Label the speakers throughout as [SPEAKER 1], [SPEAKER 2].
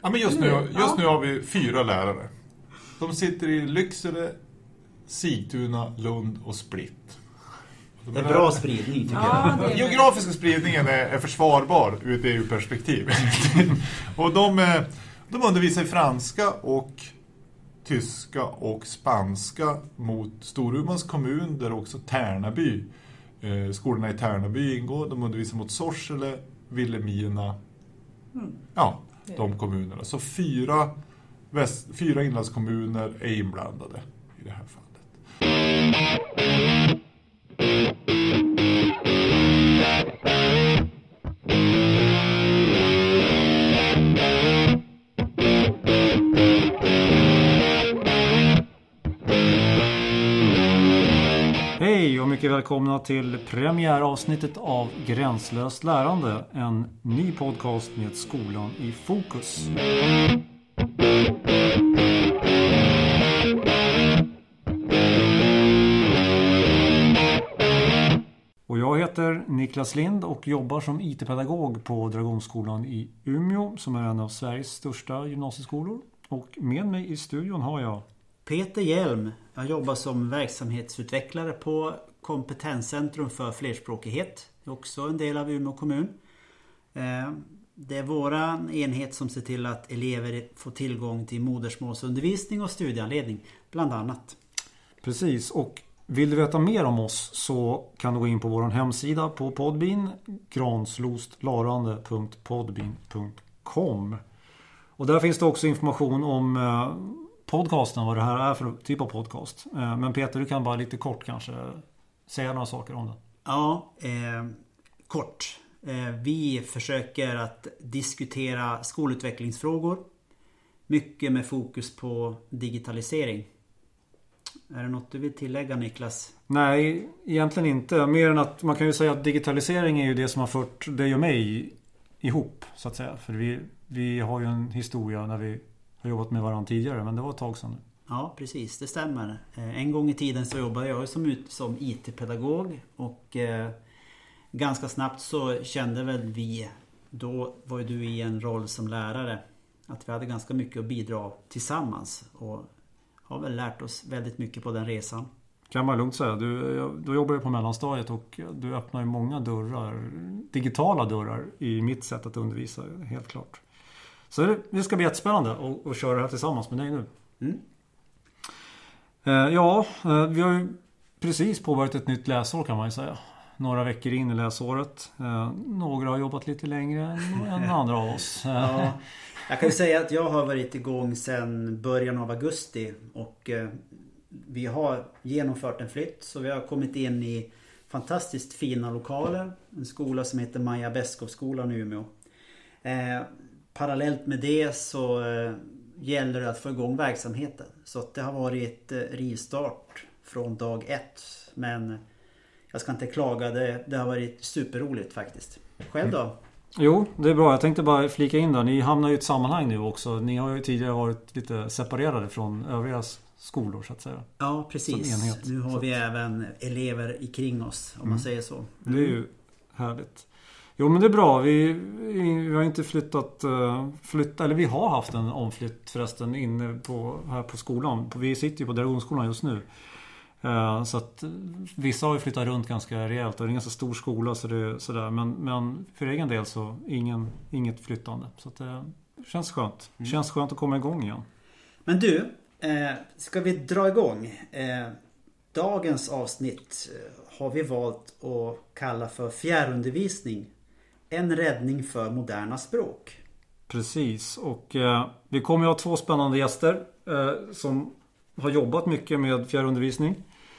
[SPEAKER 1] Ja, men just nu har vi 4 lärare. De sitter i Lycksele, Sigtuna, Lund och Split.
[SPEAKER 2] Det är bra spridning tycker jag.
[SPEAKER 1] Den geografiska spridningen är försvarbar ur ett EU-perspektiv. Och de undervisar i franska och tyska och spanska mot Storumans kommun, där också Tärnaby, skolorna i Tärnaby ingår. De undervisar mot Sorsele, Vilhelmina, de kommunerna. Så 4 inlandskommuner är inblandade i det här fallet.
[SPEAKER 3] Hej och mycket välkomna till premiäravsnittet av Gränslöst lärande, en ny podcast med skolan i fokus. Och jag heter Niklas Lind och jobbar som IT-pedagog på Dragonskolan i Umeå, som är en av Sveriges största gymnasieskolor. Och med mig i studion har jag
[SPEAKER 4] Peter Hjelm. Jag jobbar som verksamhetsutvecklare på Kompetenscentrum för flerspråkighet. Det är också en del av Umeå kommun. Det är våran enhet som ser till att elever får tillgång till modersmålsundervisning och studieanledning, bland annat.
[SPEAKER 3] Precis, och vill du veta mer om oss så kan du gå in på vår hemsida på Podbean, granslostlarande.podbean.com. Och där finns det också information om podcasten, vad det här är för typ av podcast. Men Peter, du kan bara lite kort kanske säga några saker om det.
[SPEAKER 4] Ja, kort. Vi försöker att diskutera skolutvecklingsfrågor. Mycket med fokus på digitalisering. Är det något du vill tillägga, Niklas?
[SPEAKER 3] Nej, egentligen inte. Mer än att man kan ju säga att digitalisering är ju det som har fört dig och mig ihop, så att säga. För vi har ju en historia när vi har jobbat med varandra tidigare, men det var ett tag sedan nu.
[SPEAKER 4] Ja, precis. Det stämmer. En gång i tiden så jobbade jag som IT-pedagog och ganska snabbt så kände väl vi, då var ju du i en roll som lärare, att vi hade ganska mycket att bidra tillsammans och har väl lärt oss väldigt mycket på den resan. Kan
[SPEAKER 3] man lugnt säga. Du jobbar ju på mellanstadiet och du öppnar ju många dörrar, digitala dörrar i mitt sätt att undervisa, helt klart. Så det ska bli jättespännande att köra det här tillsammans med dig nu.
[SPEAKER 4] Mm.
[SPEAKER 3] Vi har ju precis påbörjat ett nytt läsår, kan man ju säga. Några veckor in i läsåret. Några har jobbat lite längre än andra av oss.
[SPEAKER 4] Ja, jag kan ju säga att jag har varit igång sedan början av augusti och vi har genomfört en flytt, så vi har kommit in i fantastiskt fina lokaler. En skola som heter Maja Beskow-skolan i Umeå. Parallellt med det så gäller det att få igång verksamheten. Så att det har varit rivstart från dag 1. Men jag ska inte klaga, det har varit superroligt faktiskt. Själv då?
[SPEAKER 3] Jo, det är bra. Jag tänkte bara flika in då. Ni hamnar ju i ett sammanhang nu också. Ni har ju tidigare varit lite separerade från övriga skolor, så att säga.
[SPEAKER 4] Ja, precis. Nu har vi även elever kring oss, om man säger så. Mm.
[SPEAKER 3] Det är ju härligt. Jo, men det är bra. Vi har inte flyttat, eller vi har haft en omflytt förresten inne här på skolan. Vi sitter ju på Dragonskolan just nu. Så att vissa har ju flyttat runt ganska rejält. Det är en ganska stor skola, så det är sådär. Men för egen del så inget flyttande. Så att det känns skönt. Det känns skönt att komma igång igen.
[SPEAKER 4] Men du, ska vi dra igång? Dagens avsnitt har vi valt att kalla för fjärrundervisning. En räddning för moderna språk.
[SPEAKER 3] Precis, och vi kommer att ha 2 spännande gäster som har jobbat mycket med fjärrundervisning.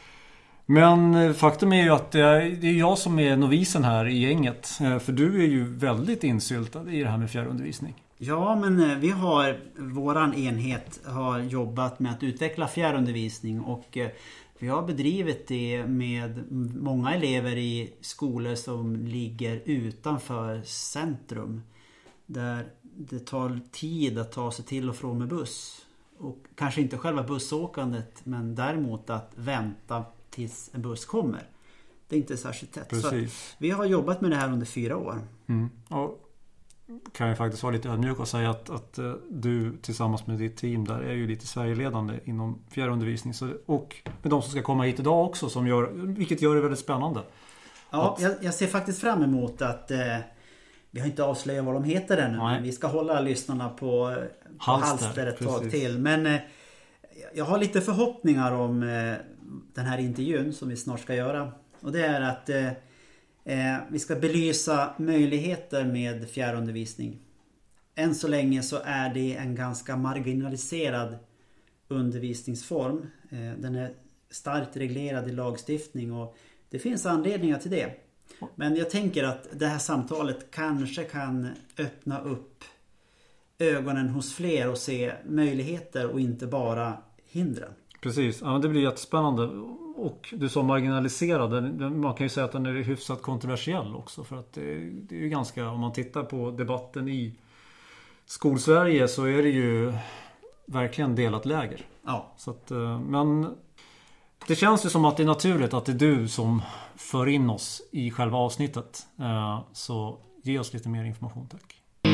[SPEAKER 3] Men faktum är ju att det är jag som är novisen här i gänget. För du är ju väldigt insyltad i det här med fjärrundervisning.
[SPEAKER 4] Ja, men våran enhet har jobbat med att utveckla fjärrundervisning och vi har bedrivit det med många elever i skolor som ligger utanför centrum. Där det tar tid att ta sig till och från med buss. Och kanske inte själva bussåkandet, men däremot att vänta tills en buss kommer. Det är inte särskilt tätt.
[SPEAKER 3] Precis.
[SPEAKER 4] Så vi har jobbat med det här under 4 år.
[SPEAKER 3] Mm. Och kan jag faktiskt vara lite ödmjuk och säga att du tillsammans med ditt team där är ju lite Sverigeledande inom fjärrundervisning. Och med de som ska komma hit idag också, vilket gör det väldigt spännande.
[SPEAKER 4] Ja, jag ser faktiskt fram emot att vi har inte avslöjat vad de heter ännu. Men vi ska hålla lyssnarna på halster ett tag till. Men jag har lite förhoppningar om den här intervjun som vi snart ska göra. Och det är att vi ska belysa möjligheter med fjärrundervisning. Än så länge så är det en ganska marginaliserad undervisningsform. Den är starkt reglerad i lagstiftning och det finns anledningar till det. Men jag tänker att det här samtalet kanske kan öppna upp ögonen hos fler och se möjligheter och inte bara hindren.
[SPEAKER 3] Precis, ja, det blir jättespännande. Och du sa marginaliserad, man kan ju säga att den är hyfsat kontroversiell också. För att det är ju ganska, om man tittar på debatten i Skolsverige så är det ju verkligen delat läger.
[SPEAKER 4] Ja.
[SPEAKER 3] Så att, men det känns ju som att det är naturligt att det är du som för in oss i själva avsnittet. Så ge oss lite mer information, tack.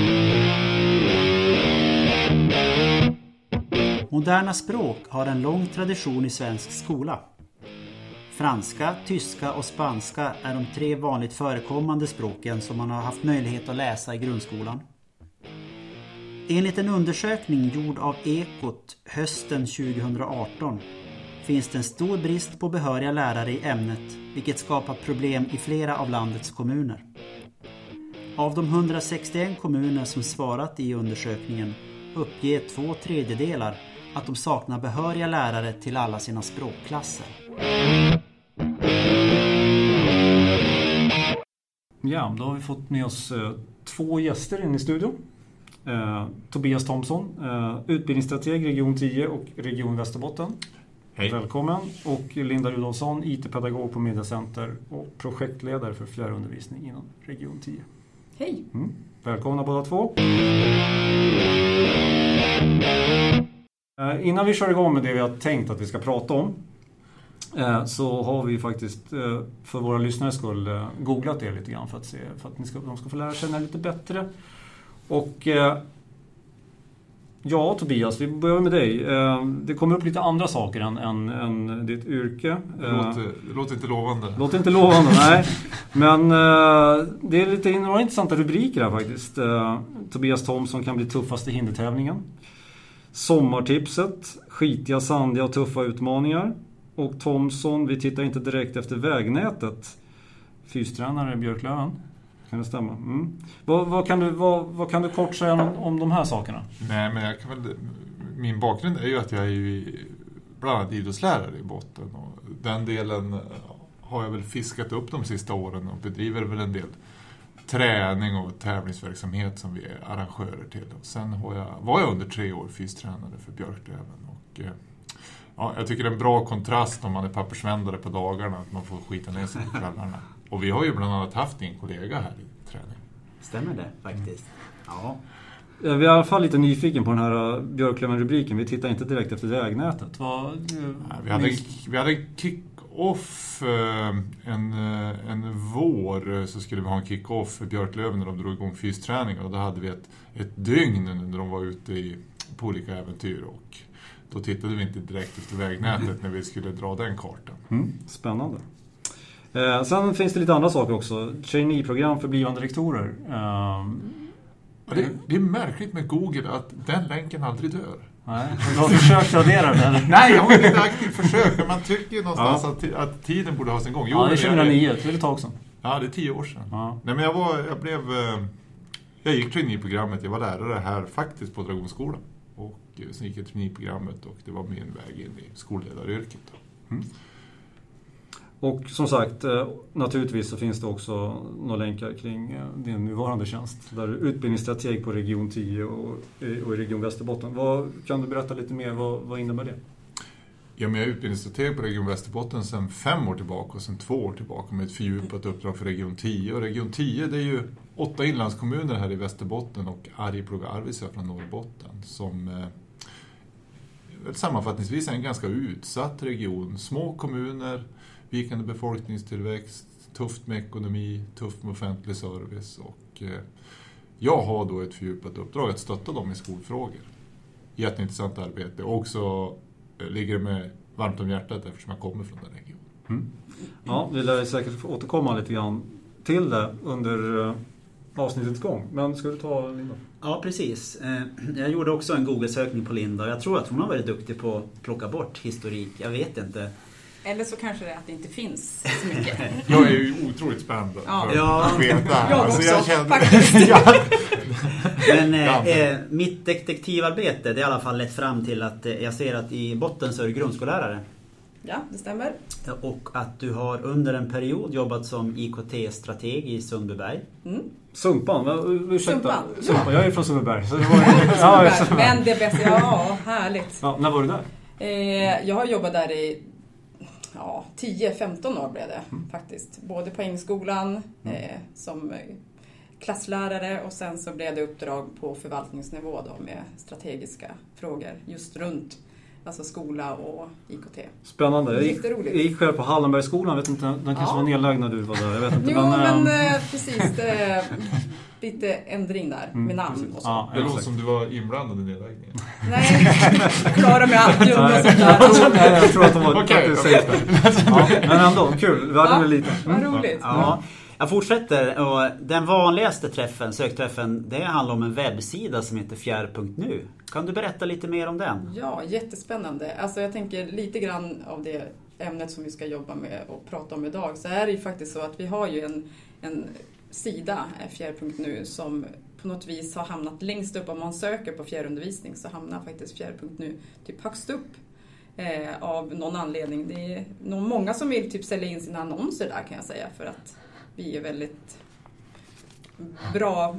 [SPEAKER 4] Moderna språk har en lång tradition i svensk skola. Franska, tyska och spanska är de 3 vanligt förekommande språken som man har haft möjlighet att läsa i grundskolan. Enligt en undersökning gjord av Ekot hösten 2018 finns det en stor brist på behöriga lärare i ämnet, vilket skapar problem i flera av landets kommuner. Av de 161 kommuner som svarat i undersökningen uppger 2/3 att de saknar behöriga lärare till alla sina språkklasser.
[SPEAKER 3] Ja, då har vi fått med oss 2 gäster in i studion. Tobias Thomsson, utbildningsstrateg Region 10 och Region Västerbotten.
[SPEAKER 1] Hej.
[SPEAKER 3] Välkommen. Och Linda Rudolfsson, IT-pedagog på Mediacenter och projektledare för fjärrundervisning inom Region 10.
[SPEAKER 5] Hej.
[SPEAKER 3] Välkomna båda 2. Innan vi kör igång med det vi har tänkt att vi ska prata om så har vi faktiskt för våra lyssnares skull googlat det lite grann för att de ska få lära känna lite bättre. Och ja, Tobias, vi börjar med dig. Det kommer upp lite andra saker än ditt yrke.
[SPEAKER 1] Det låter inte lovande.
[SPEAKER 3] Låter inte lovande, nej. Men det är några intressanta rubriker här faktiskt. Tobias Thomsson kan bli tuffast i hindertävlingen. Sommartipset, skitiga, sandiga och tuffa utmaningar. Och Thomsson, vi tittar inte direkt efter vägnätet. Fystränare i Björklöven. Kan det stämma? Vad kan du kort säga om de här sakerna?
[SPEAKER 1] Nej, men min bakgrund är ju att jag är ju bland annat idrottslärare i botten. Och den delen har jag väl fiskat upp de sista åren och bedriver väl en del träning och tävlingsverksamhet som vi är arrangörer till. Och sen var jag under 3 år fystränare för Björklöven. Och ja, jag tycker det är en bra kontrast om man är pappersvändare på dagarna, att man får skita ner sig på kvällarna. Och vi har ju bland annat haft en kollega här i träning.
[SPEAKER 4] Stämmer det faktiskt? Ja.
[SPEAKER 3] Vi är i alla fall lite nyfiken på den här Björklöven-rubriken. Vi tittar inte direkt efter vägnätet.
[SPEAKER 1] Vi hade en kick-off en vår, så skulle vi ha en kick-off för Björklöven när de drog igång fysträning. Och då hade vi ett dygn när de var ute på olika äventyr. Och då tittade vi inte direkt efter vägnätet när vi skulle dra den kartan.
[SPEAKER 3] Spännande. Sen finns det lite andra saker också. Trainee-program för blivande rektorer.
[SPEAKER 1] Det är märkligt med Google att den länken aldrig dör.
[SPEAKER 3] Nej, du har försökt radera det eller?
[SPEAKER 1] Nej, jag har inte aktivt försökt. Men man tycker ju någonstans att tiden borde ha sin gång.
[SPEAKER 3] Jo, det är 2009, det är ett tag sedan.
[SPEAKER 1] Ja, det är 10 år sedan.
[SPEAKER 3] Ja.
[SPEAKER 1] Nej, men jag gick trainee-programmet. Jag var lärare här faktiskt på Dragonskolan. Och sen gick jag trainee-programmet och det var min väg in i skolledaryrket.
[SPEAKER 3] Och som sagt, naturligtvis så finns det också några länkar kring din nuvarande tjänst. Där du är utbildningsstrateg på Region 10 och i Region Västerbotten. Kan du berätta lite mer, vad innebär det?
[SPEAKER 1] Ja, men jag är utbildningsstrateg på Region Västerbotten sedan 5 år tillbaka och sedan 2 år tillbaka med ett fördjupat uppdrag för Region 10. Och Region 10, det är ju 8 inlandskommuner här i Västerbotten och Arjeplog och Arvidsjaur från Norrbotten som sammanfattningsvis är en ganska utsatt region. Små kommuner, vikande befolkningstillväxt, tufft med ekonomi, tufft med offentlig service och jag har då ett fördjupat uppdrag att stötta dem i skolfrågor. Jätteintressant arbete. Och också ligger det med varmt om hjärtat eftersom jag kommer från den regionen.
[SPEAKER 3] Mm. Ja, vi lär säkert få återkomma lite grann till det under avsnittets gång. Men ska du ta Linda?
[SPEAKER 4] Ja, precis. Jag gjorde också en Google-sökning på Linda. Jag tror att hon har varit duktig på att plocka bort historik. Jag vet inte.
[SPEAKER 5] Eller så kanske det är att det inte finns så mycket.
[SPEAKER 1] Jag är ju otroligt spänd för att veta.
[SPEAKER 5] Jag
[SPEAKER 1] alltså,
[SPEAKER 5] också,
[SPEAKER 1] jag
[SPEAKER 5] faktiskt.
[SPEAKER 4] Men mitt detektivarbete, det har i alla fall lett fram till att jag ser att i botten så är du grundskollärare.
[SPEAKER 5] Ja, det stämmer.
[SPEAKER 4] Och att du har under en period jobbat som IKT-strateg i Sundbyberg.
[SPEAKER 5] Mm.
[SPEAKER 3] Sumpan, ursäkta.
[SPEAKER 5] Sumpan.
[SPEAKER 3] Jag är från Sundbyberg. Så det
[SPEAKER 5] Sundbyberg. Men det bästa, ja, härligt.
[SPEAKER 3] Ja, när var du där?
[SPEAKER 5] Jag har jobbat där i 10-15 år blev det faktiskt. Både på Ängskolan som klasslärare och sen så blev det uppdrag på förvaltningsnivå då med strategiska frågor just runt alltså skola och IKT.
[SPEAKER 3] Spännande. Jag gick själv på Hallenbergsskolan. Jag vet inte, den kanske var nedlagd när du var där. Jag vet inte,
[SPEAKER 5] precis. Det lite ändring där med namn och så.
[SPEAKER 1] Ja, det låter som du var inblandad i nedläggningen.
[SPEAKER 5] Nej, klarar mig alltid och sånt där.
[SPEAKER 3] Jag tror att de var safe. Ja, men ändå, kul. Världen är liten.
[SPEAKER 5] Vad roligt.
[SPEAKER 4] Ja. Jag fortsätter. Och den vanligaste sökträffen, det handlar om en webbsida som heter fjärr.nu. Kan du berätta lite mer om den?
[SPEAKER 5] Ja, jättespännande. Alltså jag tänker lite grann av det ämnet som vi ska jobba med och prata om idag. Så är det ju faktiskt så att vi har ju en sida, fjärr.nu, som på något vis har hamnat längst upp. Om man söker på fjärrundervisning så hamnar faktiskt fjärr.nu typ högst upp av någon anledning. Det är nog många som vill typ sälja in sina annonser där, kan jag säga, för att vi är väldigt bra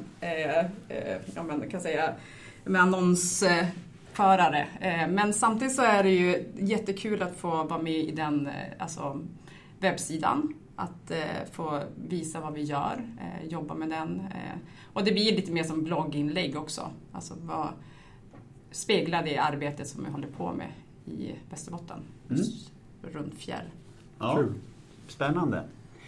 [SPEAKER 5] kan säga med annonsförare. Men samtidigt så är det ju jättekul att få vara med i den webbsidan. Att få visa vad vi gör, jobba med den. Och det blir lite mer som blogginlägg också. Alltså spegla det arbetet som vi håller på med i Västerbotten. Runt fjäll.
[SPEAKER 4] Ja, spännande.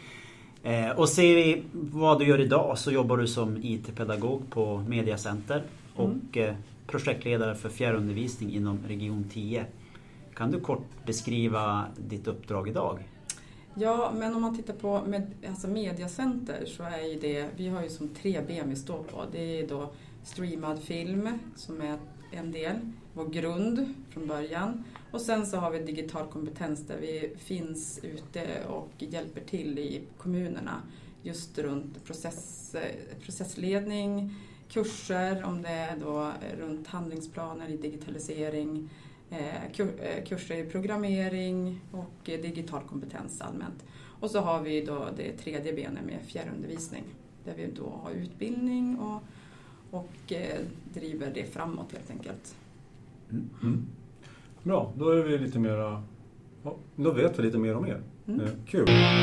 [SPEAKER 4] Och ser vi vad du gör idag, så jobbar du som IT-pedagog på Mediacenter och projektledare för fjärrundervisning inom region 10. Kan du kort beskriva ditt uppdrag idag?
[SPEAKER 5] Ja, men om man tittar på Mediacenter så är ju det, vi har ju som 3 ben vi står på. Det är då streamad film som är en del, vår grund från början. Och sen så har vi digital kompetens där vi finns ute och hjälper till i kommunerna just runt processledning, kurser, om det är då runt handlingsplaner i digitalisering, kurser i programmering och digital kompetens allmänt. Och så har vi då det 3:e benet med fjärrundervisning där vi då har utbildning och driver det framåt helt enkelt.
[SPEAKER 3] Bra, då är vi lite mera, då vet vi lite mer om er. Kul.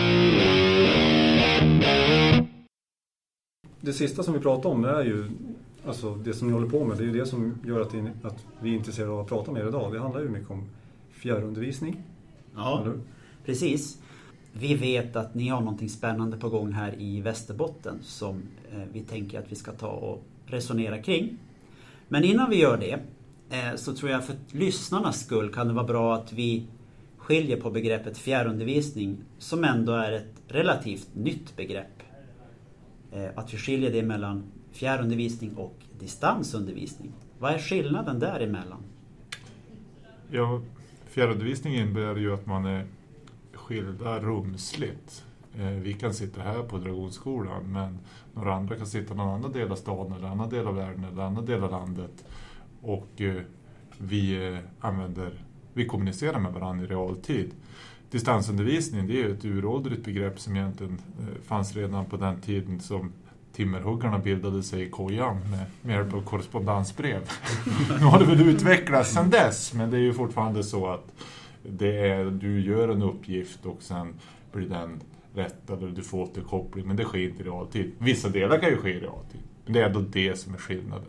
[SPEAKER 3] Det sista som vi pratar om är ju alltså det som ni håller på med. Det är ju det som gör att vi är intresserade av att prata med er idag. Det handlar ju mycket om fjärrundervisning.
[SPEAKER 4] Ja, eller? Precis. Vi vet att ni har någonting spännande på gång här i Västerbotten som vi tänker att vi ska ta och resonera kring. Men innan vi gör det så tror jag för lyssnarnas skull kan det vara bra att vi skiljer på begreppet fjärrundervisning som ändå är ett relativt nytt begrepp. Att vi skiljer det mellan fjärrundervisning och distansundervisning. Vad är skillnaden däremellan?
[SPEAKER 1] Ja, fjärrundervisning innebär ju att man är skilda rumsligt. Vi kan sitta här på Dragonskolan, men några andra kan sitta i någon annan del av staden eller annan del av världen eller annan del av landet. Och vi kommunicerar med varandra i realtid. Distansundervisning, det är ett uråldrigt begrepp som egentligen fanns redan på den tiden som timmerhuggarna bildade sig i kojan med hjälp av korrespondansbrev. Nu har det väl utvecklats sedan dess, men det är ju fortfarande så att du gör en uppgift och sen blir den rätt eller du får återkoppling, men det sker inte i realtid. Vissa delar kan ju ske i realtid, men det är ändå det som är skillnaden.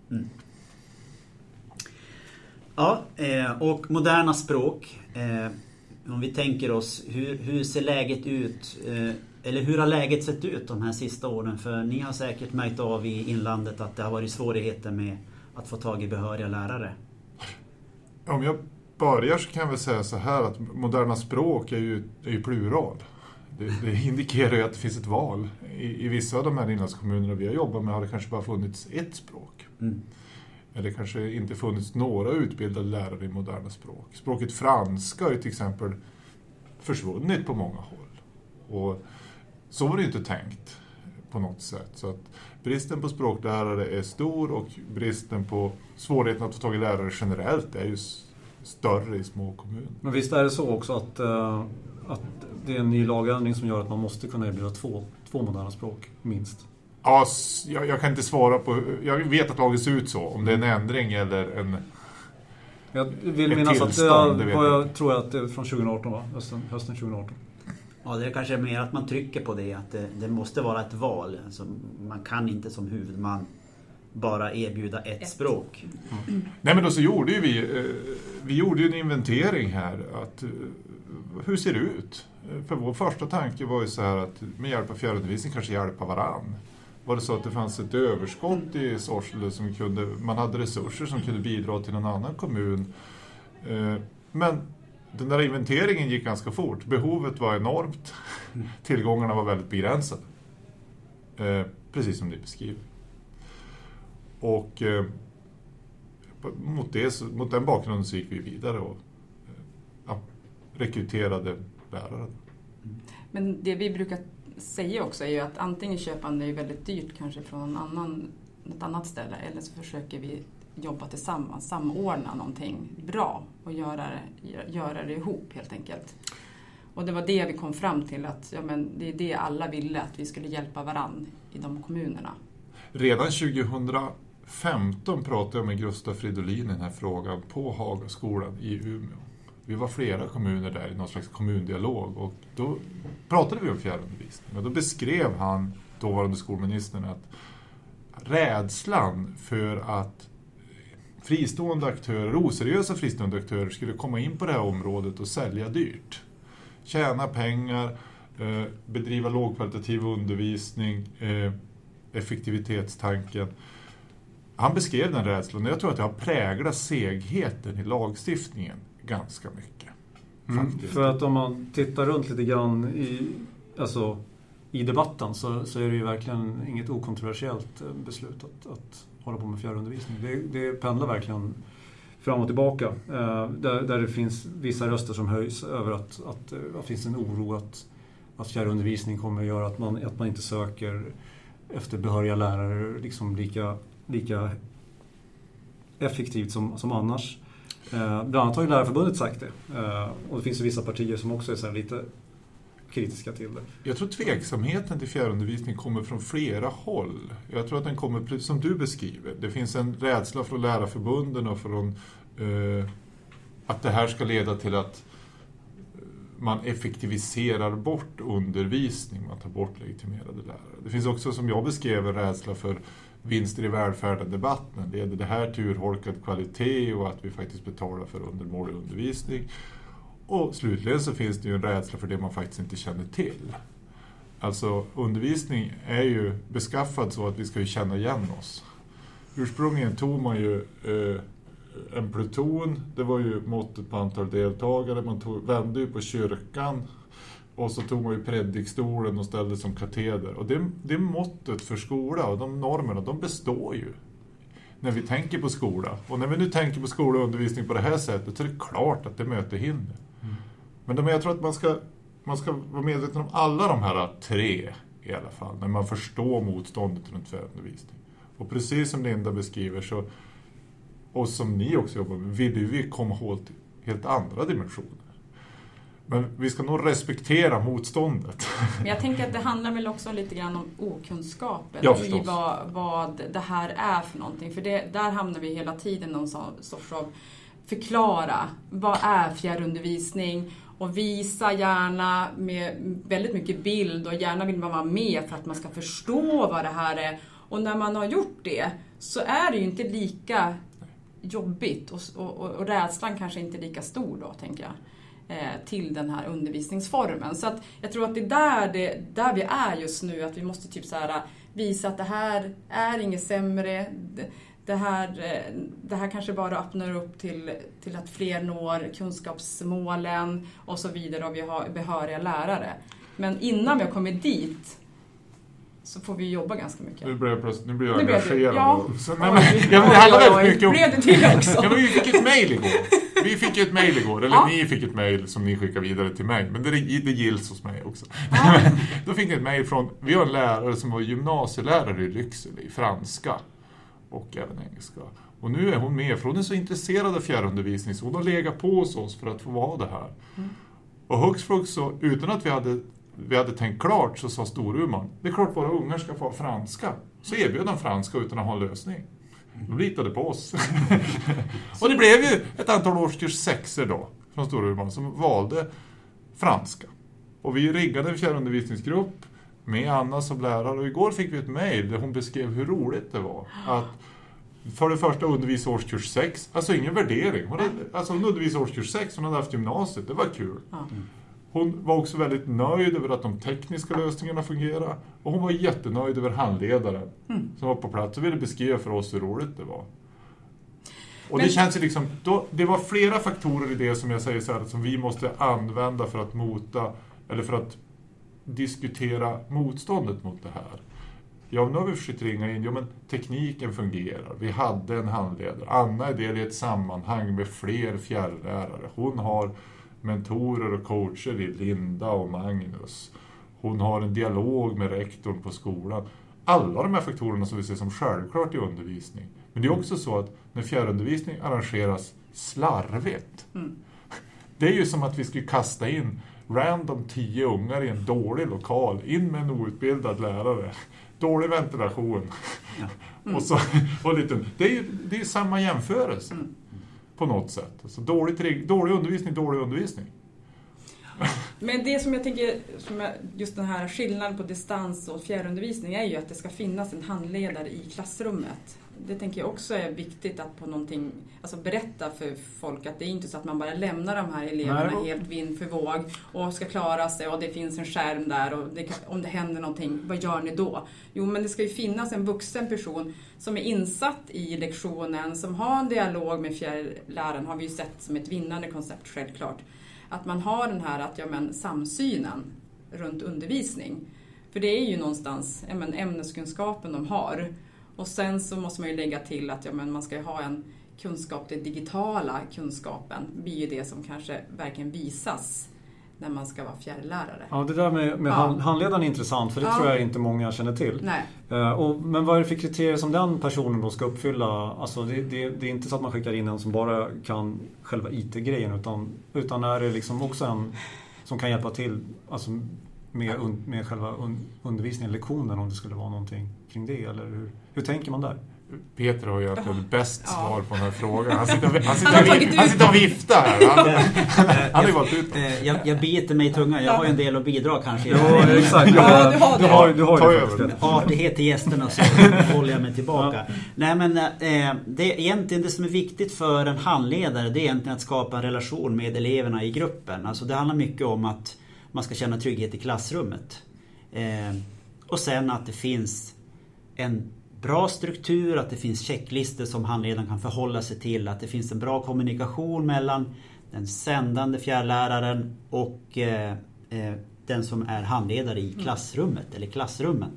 [SPEAKER 4] Ja, och moderna språk. Om vi tänker oss, hur ser läget ut Eller hur har läget sett ut de här sista åren? För ni har säkert märkt av i inlandet att det har varit svårigheter med att få tag i behöriga lärare.
[SPEAKER 1] Om jag börjar så kan jag väl säga så här att moderna språk är ju plural. Det indikerar ju att det finns ett val. I vissa av de här inlandskommunerna vi har jobbat med har det kanske bara funnits ett språk. Eller kanske inte funnits några utbildade lärare i moderna språk. Språket franska har ju till exempel försvunnit på många håll. Och så var det inte tänkt på något sätt. Så att bristen på språklärare är stor och bristen på svårigheten att få tag i lärare generellt är ju större i små kommuner.
[SPEAKER 3] Men visst är det så också att det är en ny lagändring som gör att man måste kunna erbjuda två moderna språk, minst?
[SPEAKER 1] Ja, jag kan inte svara på... Jag vet att laget ser ut så. Om det är en ändring eller en...
[SPEAKER 3] Jag vill minnas att jag tror att det är från 2018, va? Hösten 2018.
[SPEAKER 4] Ja, det är kanske mer att man trycker på det, att det måste vara ett val. Alltså, man kan inte som huvudman bara erbjuda ett språk.
[SPEAKER 1] Nej, men då så gjorde ju vi gjorde ju en inventering här. Att, hur ser det ut? För vår första tanke var ju så här att med hjälp av fjärrundervisning kanske hjälpa varann. Var det så att det fanns ett överskott i Sorsele som man hade resurser som kunde bidra till någon annan kommun. Men den där inventeringen gick ganska fort. Behovet var enormt. Tillgångarna var väldigt begränsade. Precis som det beskriver. Och mot den bakgrunden så gick vi vidare och rekryterade lärare.
[SPEAKER 5] Men det vi brukar säga också är ju att antingen köpande är väldigt dyrt kanske från något annat ställe, eller så försöker vi jobba tillsammans, samordna någonting bra och göra det ihop helt enkelt. Och det var det vi kom fram till, att det är det alla ville, att vi skulle hjälpa varann i de kommunerna.
[SPEAKER 1] Redan 2015 pratade jag med Gustav Fridolin i den här frågan på Hagaskolan i Umeå. Vi var flera kommuner där i någon slags kommundialog, och då pratade vi om fjärrundervisning. Och då beskrev han, dåvarande skolministern, att rädslan för att fristående aktörer, oseriösa fristående aktörer skulle komma in på det här området och sälja dyrt. Tjäna pengar, bedriva lågkvalitativ undervisning, effektivitetstanken. Han beskrev den rädslan, och jag tror att det har präglat segheten i lagstiftningen ganska mycket.
[SPEAKER 3] För att om man tittar runt lite grann i debatten så är det ju verkligen inget okontroversiellt beslut att hålla på med fjärrundervisning. Det pendlar verkligen fram och tillbaka. Där det finns vissa röster som höjs över att det finns en oro att fjärrundervisning kommer att göra att man inte söker efter behöriga lärare liksom lika effektivt som annars. Bland annat har ju Lärarförbundet sagt det. Och det finns ju vissa partier som också är så här lite kritiska till det.
[SPEAKER 1] Jag tror tveksamheten till fjärrundervisning kommer från flera håll. Jag tror att den kommer, som du beskriver, det finns en rädsla från lärarförbunden och från att det här ska leda till att man effektiviserar bort undervisning, man tar bort legitimerade lärare. Det finns också, som jag beskrev, en rädsla för vinster i välfärden-debatten. Leder det här till urholkad kvalitet och att vi faktiskt betalar för undermålig undervisning? Och slutligen så finns det ju en rädsla för det man faktiskt inte känner till. Alltså undervisning är ju beskaffad så att vi ska ju känna igen oss. Ursprungligen tog man ju en pluton, det var ju måttet på antal deltagare, man vände ju på kyrkan och så tog man ju predikstolen och ställde som kateder. Och det måttet för skola och de normerna, de består ju när vi tänker på skola. Och när vi nu tänker på skola och undervisning på det här sättet så är det klart att det möter hinder. Men jag tror att man ska vara medveten om alla de här tre i alla fall, när man förstår motståndet runt fjärrundervisning. Och precis som Linda beskriver så, och som ni också jobbar med, vill vi komma ihåg helt andra dimensioner. Men vi ska nog respektera motståndet.
[SPEAKER 5] Men jag tänker att det handlar väl också lite grann om okunskapen i vad det här är för någonting. För där hamnar vi hela tiden någon sorts av förklara vad är fjärrundervisning, och visa gärna med väldigt mycket bild, och gärna vill man vara med för att man ska förstå vad det här är. Och när man har gjort det så är det ju inte lika jobbigt och rädslan kanske inte lika stor då, tänker jag. till den här undervisningsformen. Så att jag tror att det är där vi är just nu, att vi måste typ så här visa att det här är inget sämre. Det här kanske bara öppnar upp till att fler når kunskapsmålen och så vidare, och vi har behöriga lärare. Men innan vi har kommit dit så får vi jobba ganska mycket.
[SPEAKER 1] Nu blir jag engagerad.
[SPEAKER 5] Ja.
[SPEAKER 1] Det handlar väldigt mycket om...
[SPEAKER 5] Blev det till också?
[SPEAKER 1] Ja, men vi fick ett mejl igår. Eller ni fick ett mejl som ni skickade vidare till mig. Men det gills hos mig också. Ja. Då fick ni ett mejl från... Vi har en lärare som var gymnasielärare i Lycksele i franska. Och även engelska. Och nu är hon med, för hon är så intresserad av fjärrundervisning, så hon har legat på oss för att få vara det här. Och hux flux, så utan att vi hade tänkt klart, så sa Storuman, det är klart våra ungar ska få franska. Så erbjöd de franska utan att ha en lösning. De litade på oss. Och det blev ju ett antal årskurs 6 då från Storuman som valde franska. Och vi riggade en fjärrundervisningsgrupp med Anna som lärare, och igår fick vi ett mejl där hon beskrev hur roligt det var att för det första undervisa årskurs 6, alltså ingen värdering. Hon undervisade årskurs 6, hon hade haft gymnasiet, det var kul. Hon var också väldigt nöjd över att de tekniska lösningarna fungerar, och hon var jättenöjd över handledaren som var på plats och ville beskriva för oss hur roligt det var. Och det känns ju liksom, det var flera faktorer i det som jag säger så här, som vi måste använda för att mota, eller för att diskutera motståndet mot det här. Ja, nu har vi försökt ringa in, men tekniken fungerar. Vi hade en handledare. Anna är del i ett sammanhang med fler fjärrlärare. Hon har mentorer och coacher i Linda och Magnus. Hon har en dialog med rektorn på skolan. Alla de här faktorerna som vi ser som självklart i undervisning. Men det är också så att när fjärrundervisning arrangeras slarvigt. Det är ju som att vi skulle kasta in random 10 ungar i en dålig lokal, in med en outbildad lärare, dålig ventilation och lite, det är ju samma jämförelse på något sätt, alltså dålig undervisning.
[SPEAKER 5] Men det som jag tänker, just den här skillnaden på distans och fjärrundervisning, är ju att det ska finnas en handledare i klassrummet. Det tänker jag också är viktigt att på någonting, alltså berätta för folk att det är inte så att man bara lämnar de här eleverna helt vind för våg och ska klara sig, och det finns en skärm där, och om det händer någonting, vad gör ni då? Jo, men det ska ju finnas en vuxen person som är insatt i lektionen, som har en dialog med fjärrläraren, har vi ju sett som ett vinnande koncept självklart. Att man har den här samsynen runt undervisning. För det är ju någonstans ämneskunskapen de har. Och sen så måste man ju lägga till att man ska ha en kunskap, den digitala kunskapen blir ju det som kanske verkligen visas när man ska vara fjärrlärare.
[SPEAKER 3] Ja, det där med handledaren är intressant, för det tror jag inte många känner till.
[SPEAKER 5] Nej.
[SPEAKER 3] Men vad är det för kriterier som den personen då ska uppfylla? Alltså det är inte så att man skickar in en som bara kan själva IT-grejen, utan är det liksom också en som kan hjälpa till, alltså med själva undervisningen, lektionen, om det skulle vara någonting kring det, eller hur tänker man där?
[SPEAKER 1] Peter har ju egentligen bäst svar på den här frågan. Han sitter och viftar här. Han har ju valt ut.
[SPEAKER 4] Jag biter mig i tungan. Jag har ju en del att bidra kanske.
[SPEAKER 3] Ja, exakt. Du har
[SPEAKER 4] det. Artighet till gästerna, så håller jag mig tillbaka. Nej, men egentligen det som är viktigt för en handledare, det är egentligen att skapa en relation med eleverna i gruppen. Alltså det handlar mycket om att man ska känna trygghet i klassrummet. Och sen att det finns en bra struktur, att det finns checklistor som handledaren kan förhålla sig till, att det finns en bra kommunikation mellan den sändande fjärrläraren och den som är handledare i klassrummet eller klassrummen.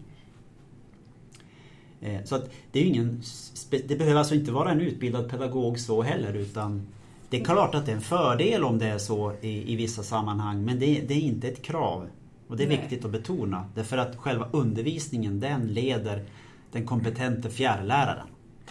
[SPEAKER 4] Så att det är ju det behöver alltså inte vara en utbildad pedagog så heller, utan det är klart att det är en fördel om det är så i vissa sammanhang, men det är inte ett krav, och det är viktigt att betona, därför att själva undervisningen, den leder den kompetenta fjärrläraren.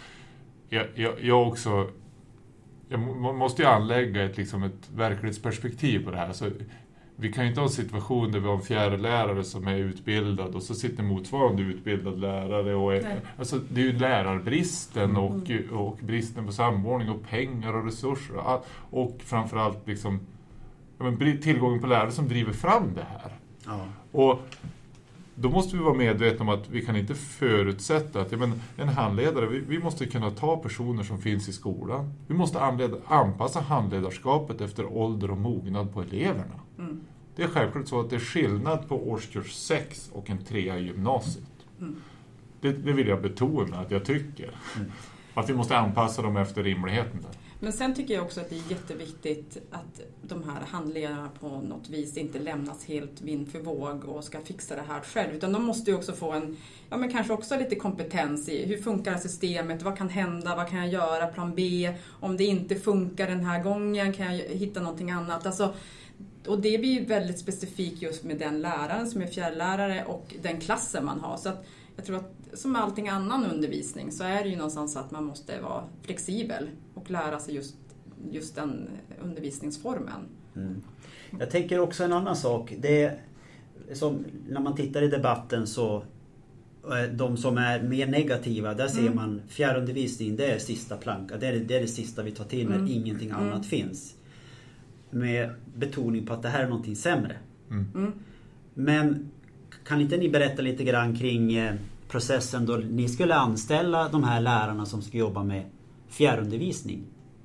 [SPEAKER 1] Jag måste ju anlägga ett verklighetsperspektiv på det här. Så vi kan ju inte ha en situation där vi har en fjärrlärare som är utbildad och så sitter motsvarande utbildad lärare. Alltså det är ju lärarbristen och bristen på samordning och pengar och resurser. Och framförallt tillgången på lärare som driver fram det här. Ja. Och då måste vi vara medvetna om att vi kan inte förutsätta att en handledare, vi måste kunna ta personer som finns i skolan. Vi måste anpassa handledarskapet efter ålder och mognad på eleverna. Mm. Det är självklart så att det är skillnad på årskurs 6 och en 3 i gymnasiet. Mm. Det vill jag betona att jag tycker. Mm. Att vi måste anpassa dem efter rimligheten där.
[SPEAKER 5] Men sen tycker jag också att det är jätteviktigt att de här handledarna på något vis inte lämnas helt vind för våg och ska fixa det här själv. Utan de måste ju också få men kanske också lite kompetens i hur funkar systemet, vad kan hända, vad kan jag göra, plan B. Om det inte funkar den här gången kan jag hitta någonting annat. Alltså, och det blir ju väldigt specifikt just med den läraren som är fjärrlärare och den klassen man har. Så att jag tror att som med allting annan undervisning så är det ju någonstans att man måste vara flexibel och lära sig just den undervisningsformen. Mm.
[SPEAKER 4] Jag tänker också en annan sak. Det är, som när man tittar i debatten så de som är mer negativa, där ser man fjärrundervisning, det är sista planka. Det är det sista vi tar till när ingenting annat finns. Med betoning på att det här är någonting sämre. Mm. Men kan inte ni berätta lite grann kring processen då ni skulle anställa de här lärarna som ska jobba med fjärrundervisning?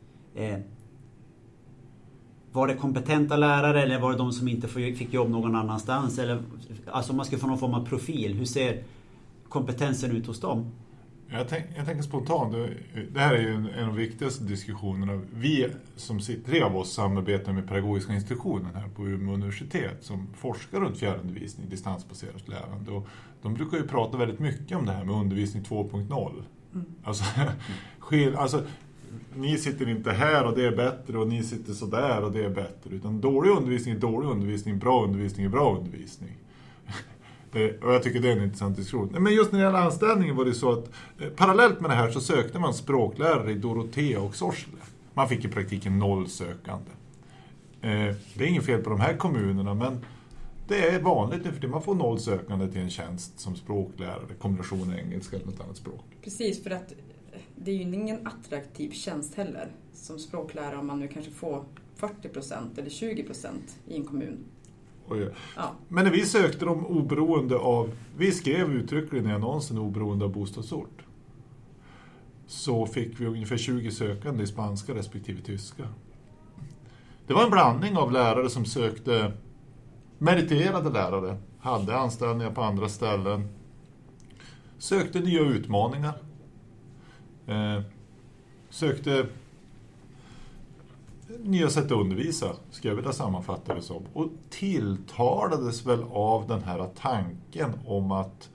[SPEAKER 4] Var det kompetenta lärare eller var det de som inte fick jobb någon annanstans? Eller, alltså man ska få någon form av profil. Hur ser kompetensen ut hos dem?
[SPEAKER 1] Jag tänker spontant, det här är ju en av de viktigaste diskussionerna. Vi som sitter, 3 av oss samarbetar med pedagogiska institutionen här på Umeå universitet som forskar runt fjärrundervisning, distansbaserat lärande. Och de brukar ju prata väldigt mycket om det här med undervisning 2.0. Alltså, ni sitter inte här och det är bättre och ni sitter så där och det är bättre. Utan dålig undervisning är dålig undervisning, bra undervisning är bra undervisning. Och jag tycker det är en intressant diskussion. Men just när det gäller anställningen var det så att parallellt med det här så sökte man språklärare i Dorotea och Sorsele. Man fick i praktiken 0 sökande. Det är inget fel på de här kommunerna, men det är vanligt nu för man får 0 sökande till en tjänst som språklärare, kombination engelska eller något annat språk.
[SPEAKER 5] Precis, för att det är ju ingen attraktiv tjänst heller som språklärare om man nu kanske får 40% eller 20% i en kommun.
[SPEAKER 1] Ja. Men när vi sökte dem oberoende av, vi skrev uttryckligen i annonsen oberoende av bostadsort, så fick vi ungefär 20 sökande i spanska respektive tyska. Det var en blandning av lärare som sökte, meriterade lärare, hade anställningar på andra ställen, sökte nya utmaningar, sökte nya sätt att undervisa, ska jag vilja sammanfatta det som. Och tilltalades väl av den här tanken om att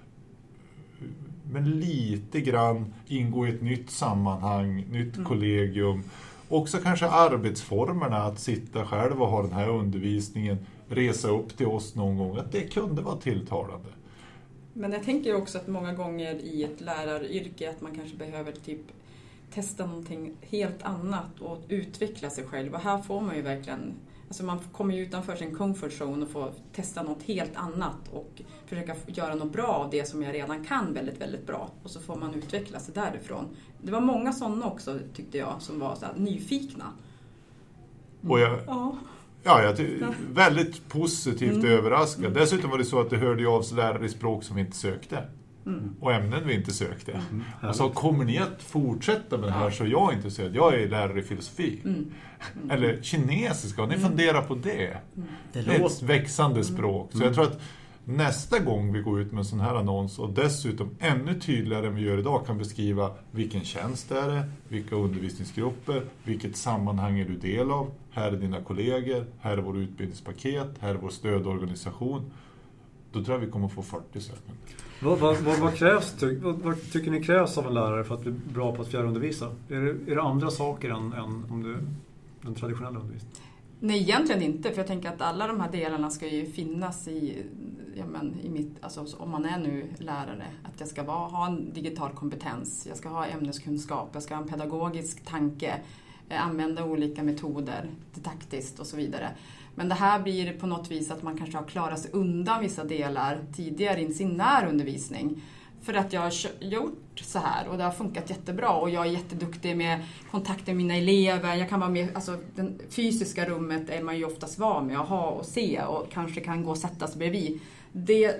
[SPEAKER 1] men lite grann ingå i ett nytt sammanhang, nytt kollegium. Också kanske arbetsformerna, att sitta själv och ha den här undervisningen, resa upp till oss någon gång, att det kunde vara tilltalande.
[SPEAKER 5] Men jag tänker också att många gånger i ett läraryrke att man kanske behöver testa någonting helt annat och utveckla sig själv. Och här får man ju verkligen, alltså man kommer ju utanför sin comfort zone och får testa något helt annat och försöka göra något bra av det som jag redan kan väldigt, väldigt bra. Och så får man utveckla sig därifrån. Det var många sådana också, tyckte jag, som var så här nyfikna.
[SPEAKER 1] Och jag väldigt positivt överraskad. Dessutom var det så att det hörde av sig lärare i språk som vi inte sökte. Och ämnen vi inte sökte. Och så kommer ni att fortsätta med det här så jag är intresserad. Jag är lärare i filosofi. Eller kinesiska. Ni funderar på det. Det är ett växande språk. Så jag tror att nästa gång vi går ut med en sån här annons och dessutom ännu tydligare än vi gör idag kan beskriva vilken tjänst är det, vilka undervisningsgrupper, vilket sammanhang är du del av, här är dina kollegor, här är vår utbildningspaket, här är vår stödorganisation. Då tror jag vi kommer få 40 sökande.
[SPEAKER 3] Vad krävs, vad tycker ni krävs av en lärare för att bli bra på att fjärrundervisa? Är det andra saker än den traditionella undervisningen?
[SPEAKER 5] Nej, egentligen inte. För jag tänker att alla de här delarna ska ju finnas i mitt, alltså om man är nu lärare. Att jag ska ha en digital kompetens, jag ska ha ämneskunskap, jag ska ha en pedagogisk tanke, använda olika metoder, didaktiskt och så vidare. Men det här blir på något vis att man kanske har klarat sig undan vissa delar tidigare i sin närundervisning. För att jag har gjort så här och det har funkat jättebra och jag är jätteduktig med kontakter med mina elever. Jag kan vara med, alltså det fysiska rummet är man ju oftast van med att ha och se och kanske kan gå och sätta sig bredvid.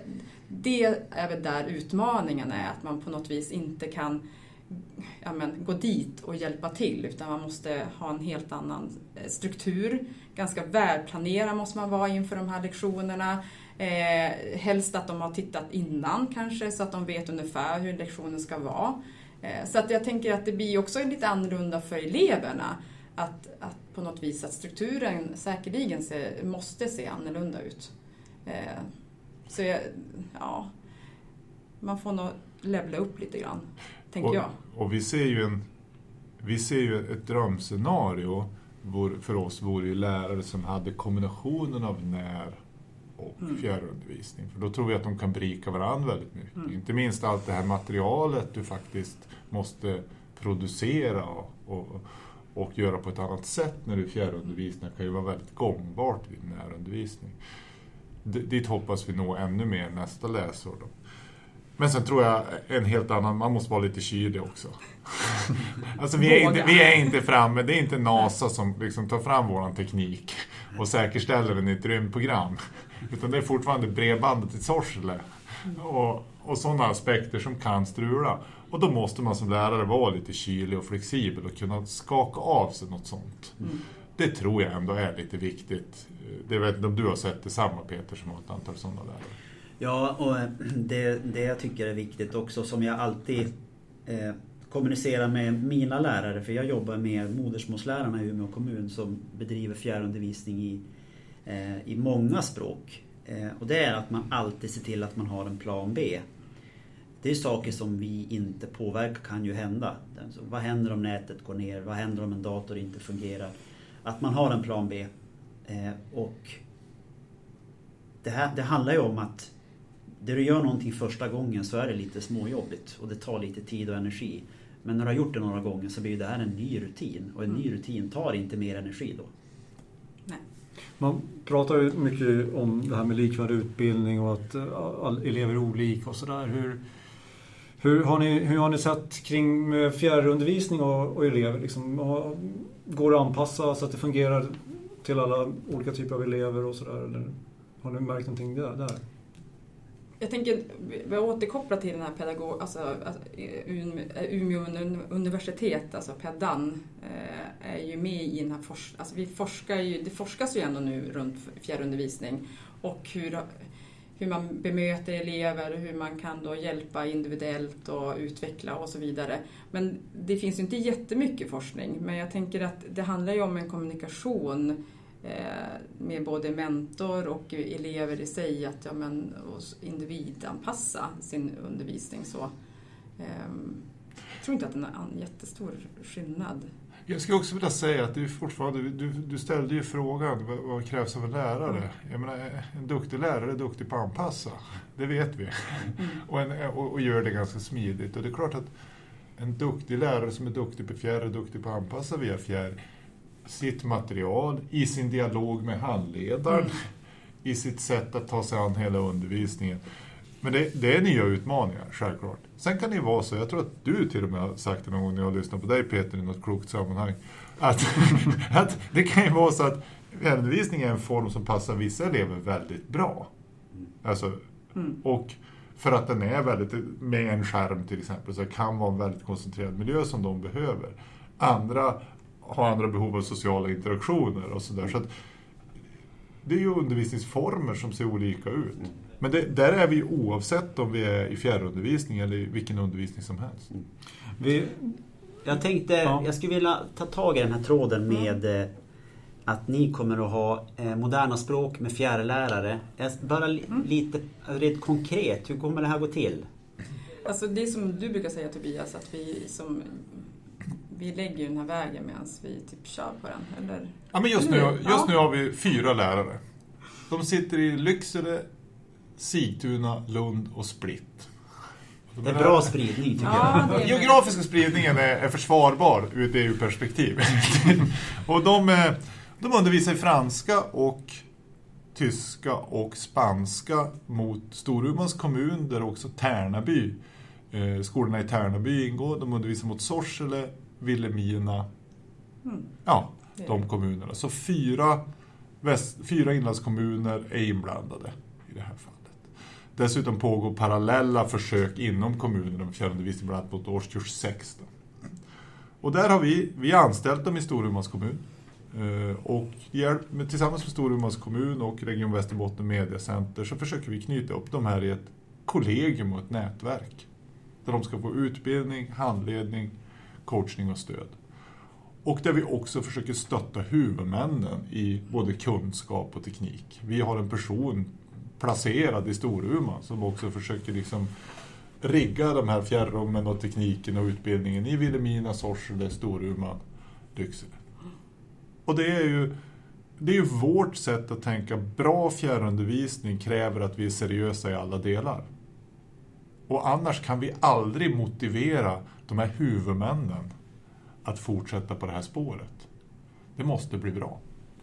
[SPEAKER 5] det är väl där utmaningen är, att man på något vis inte kan gå dit och hjälpa till, utan man måste ha en helt annan struktur. Ganska välplanerad måste man vara inför de här lektionerna. Helst att de har tittat innan kanske, så att de vet ungefär hur lektionen ska vara. Så att jag tänker att det blir också lite annorlunda för eleverna. Att på något vis att strukturen säkerligen måste se annorlunda ut. Så man får nog levla upp lite grann, tänker jag.
[SPEAKER 1] Och vi ser ju ett drömscenario för oss vore ju lärare som hade kombinationen av när- och fjärrundervisning. För då tror vi att de kan berika varandra väldigt mycket. Inte minst allt det här materialet du faktiskt måste producera och göra på ett annat sätt när du fjärrundervisning kan ju vara väldigt gångbart vid närundervisning. Dit hoppas vi nå ännu mer nästa läsår då. Men sen tror jag en helt annan, man måste vara lite kylig också. Alltså vi är inte framme, det är inte NASA som liksom tar fram våran teknik och säkerställer den i ett rymdprogram. Utan det är fortfarande bredbandet i Sorsele och sådana aspekter som kan strula. Och då måste man som lärare vara lite kylig och flexibel och kunna skaka av sig något sånt. Det tror jag ändå är lite viktigt. Det vet inte om du har sett det samma, Peter, som har ett antal sådana lärare.
[SPEAKER 4] Ja, och det jag tycker är viktigt också, som jag alltid kommunicerar med mina lärare, för jag jobbar med modersmålslärarna i Umeå kommun som bedriver fjärrundervisning i många språk. Och det är att man alltid ser till att man har en plan B. Det är saker som vi inte påverkar, kan ju hända. Vad händer om nätet går ner? Vad händer om en dator inte fungerar? Att man har en plan B. Och det handlar ju om att när du gör någonting första gången så är det lite småjobbigt och det tar lite tid och energi. Men när du har gjort det några gånger så blir det här en ny rutin. Och en ny rutin tar inte mer energi då.
[SPEAKER 5] Nej.
[SPEAKER 3] Man pratar ju mycket om det här med likvärdig utbildning och att elever är olika och sådär. Hur har ni sett kring fjärrundervisning och elever? Liksom, går det att anpassa så att det fungerar till alla olika typer av elever och sådär? Eller har ni märkt någonting där?
[SPEAKER 5] Jag tänker, vi återkopplar till den här Umeå universitet, alltså PEDAN, är ju med i den här det forskas ju ändå nu runt fjärrundervisning och hur man bemöter elever, hur man kan då hjälpa individuellt och utveckla och så vidare. Men det finns ju inte jättemycket forskning, men jag tänker att det handlar ju om en kommunikation med både mentor och elever i sig, att individanpassa sin undervisning så. Jag tror inte att det är en jättestor skillnad.
[SPEAKER 1] Jag skulle också vilja säga att du ställde ju frågan vad krävs av en lärare. Jag menar, en duktig lärare är duktig på att anpassa. Det vet vi. Och gör det ganska smidigt. Och det är klart att en duktig lärare som är duktig på fjärr är duktig på att anpassa via fjärr sitt material i sin dialog med handledaren, i sitt sätt att ta sig an hela undervisningen. Men det är nya utmaningar, självklart. Sen kan det ju vara så, jag tror att du till och med har sagt det någon gång när jag har lyssnat på dig, Peter, i något klokt sammanhang, att det kan ju vara så att undervisning är en form som passar vissa elever väldigt bra. Alltså, och för att den är väldigt, med en skärm till exempel, så kan vara en väldigt koncentrerad miljö som de behöver. Andra har andra behov av sociala interaktioner och sådär. Så att det är ju undervisningsformer som ser olika ut. Men där är vi ju oavsett om vi är i fjärrundervisning eller i vilken undervisning som helst.
[SPEAKER 4] Jag skulle vilja ta tag i den här tråden med att ni kommer att ha moderna språk med fjärrlärare. Bara lite rent konkret, hur kommer det här gå till?
[SPEAKER 5] Alltså det som du brukar säga, Tobias, att vi lägger den här vägen medan vi typ kör på den, eller?
[SPEAKER 1] Ja, men just nu har vi 4 lärare. De sitter i Lycksele, Sigtuna, Lund och Split.
[SPEAKER 4] Det är bra spridning tycker jag.
[SPEAKER 1] Geografiska spridningen är försvarbar ur ett EU-perspektiv. Och de undervisar i franska och tyska och spanska mot Storumans kommun, där också Tärnaby, skolorna i Tärnaby ingår. De undervisar mot Sorsele, Vilhelmina, de kommunerna. Så 4 inlandskommuner är inblandade i det här fallet. Dessutom pågår parallella försök inom kommunen om fjärrundervisning bland annat mot årskurs 6. Och där har vi anställt dem i Storumans kommun. Och tillsammans med Storumans kommun och Region Västerbotten Mediacenter så försöker vi knyta upp de här i ett kollegium och ett nätverk. Där de ska få utbildning, handledning, coachning och stöd. Och där vi också försöker stötta huvudmännen i både kunskap och teknik. Vi har en person placerad i Storuman som också försöker liksom rigga de här fjärrummen och tekniken och utbildningen i Vilhelmina, Sorsele, Storuman, Lycksele. Och det är ju vårt sätt att tänka. Bra fjärrundervisning kräver att vi är seriösa i alla delar. Och annars kan vi aldrig motivera de här huvudmännen att fortsätta på det här spåret. Det måste bli bra.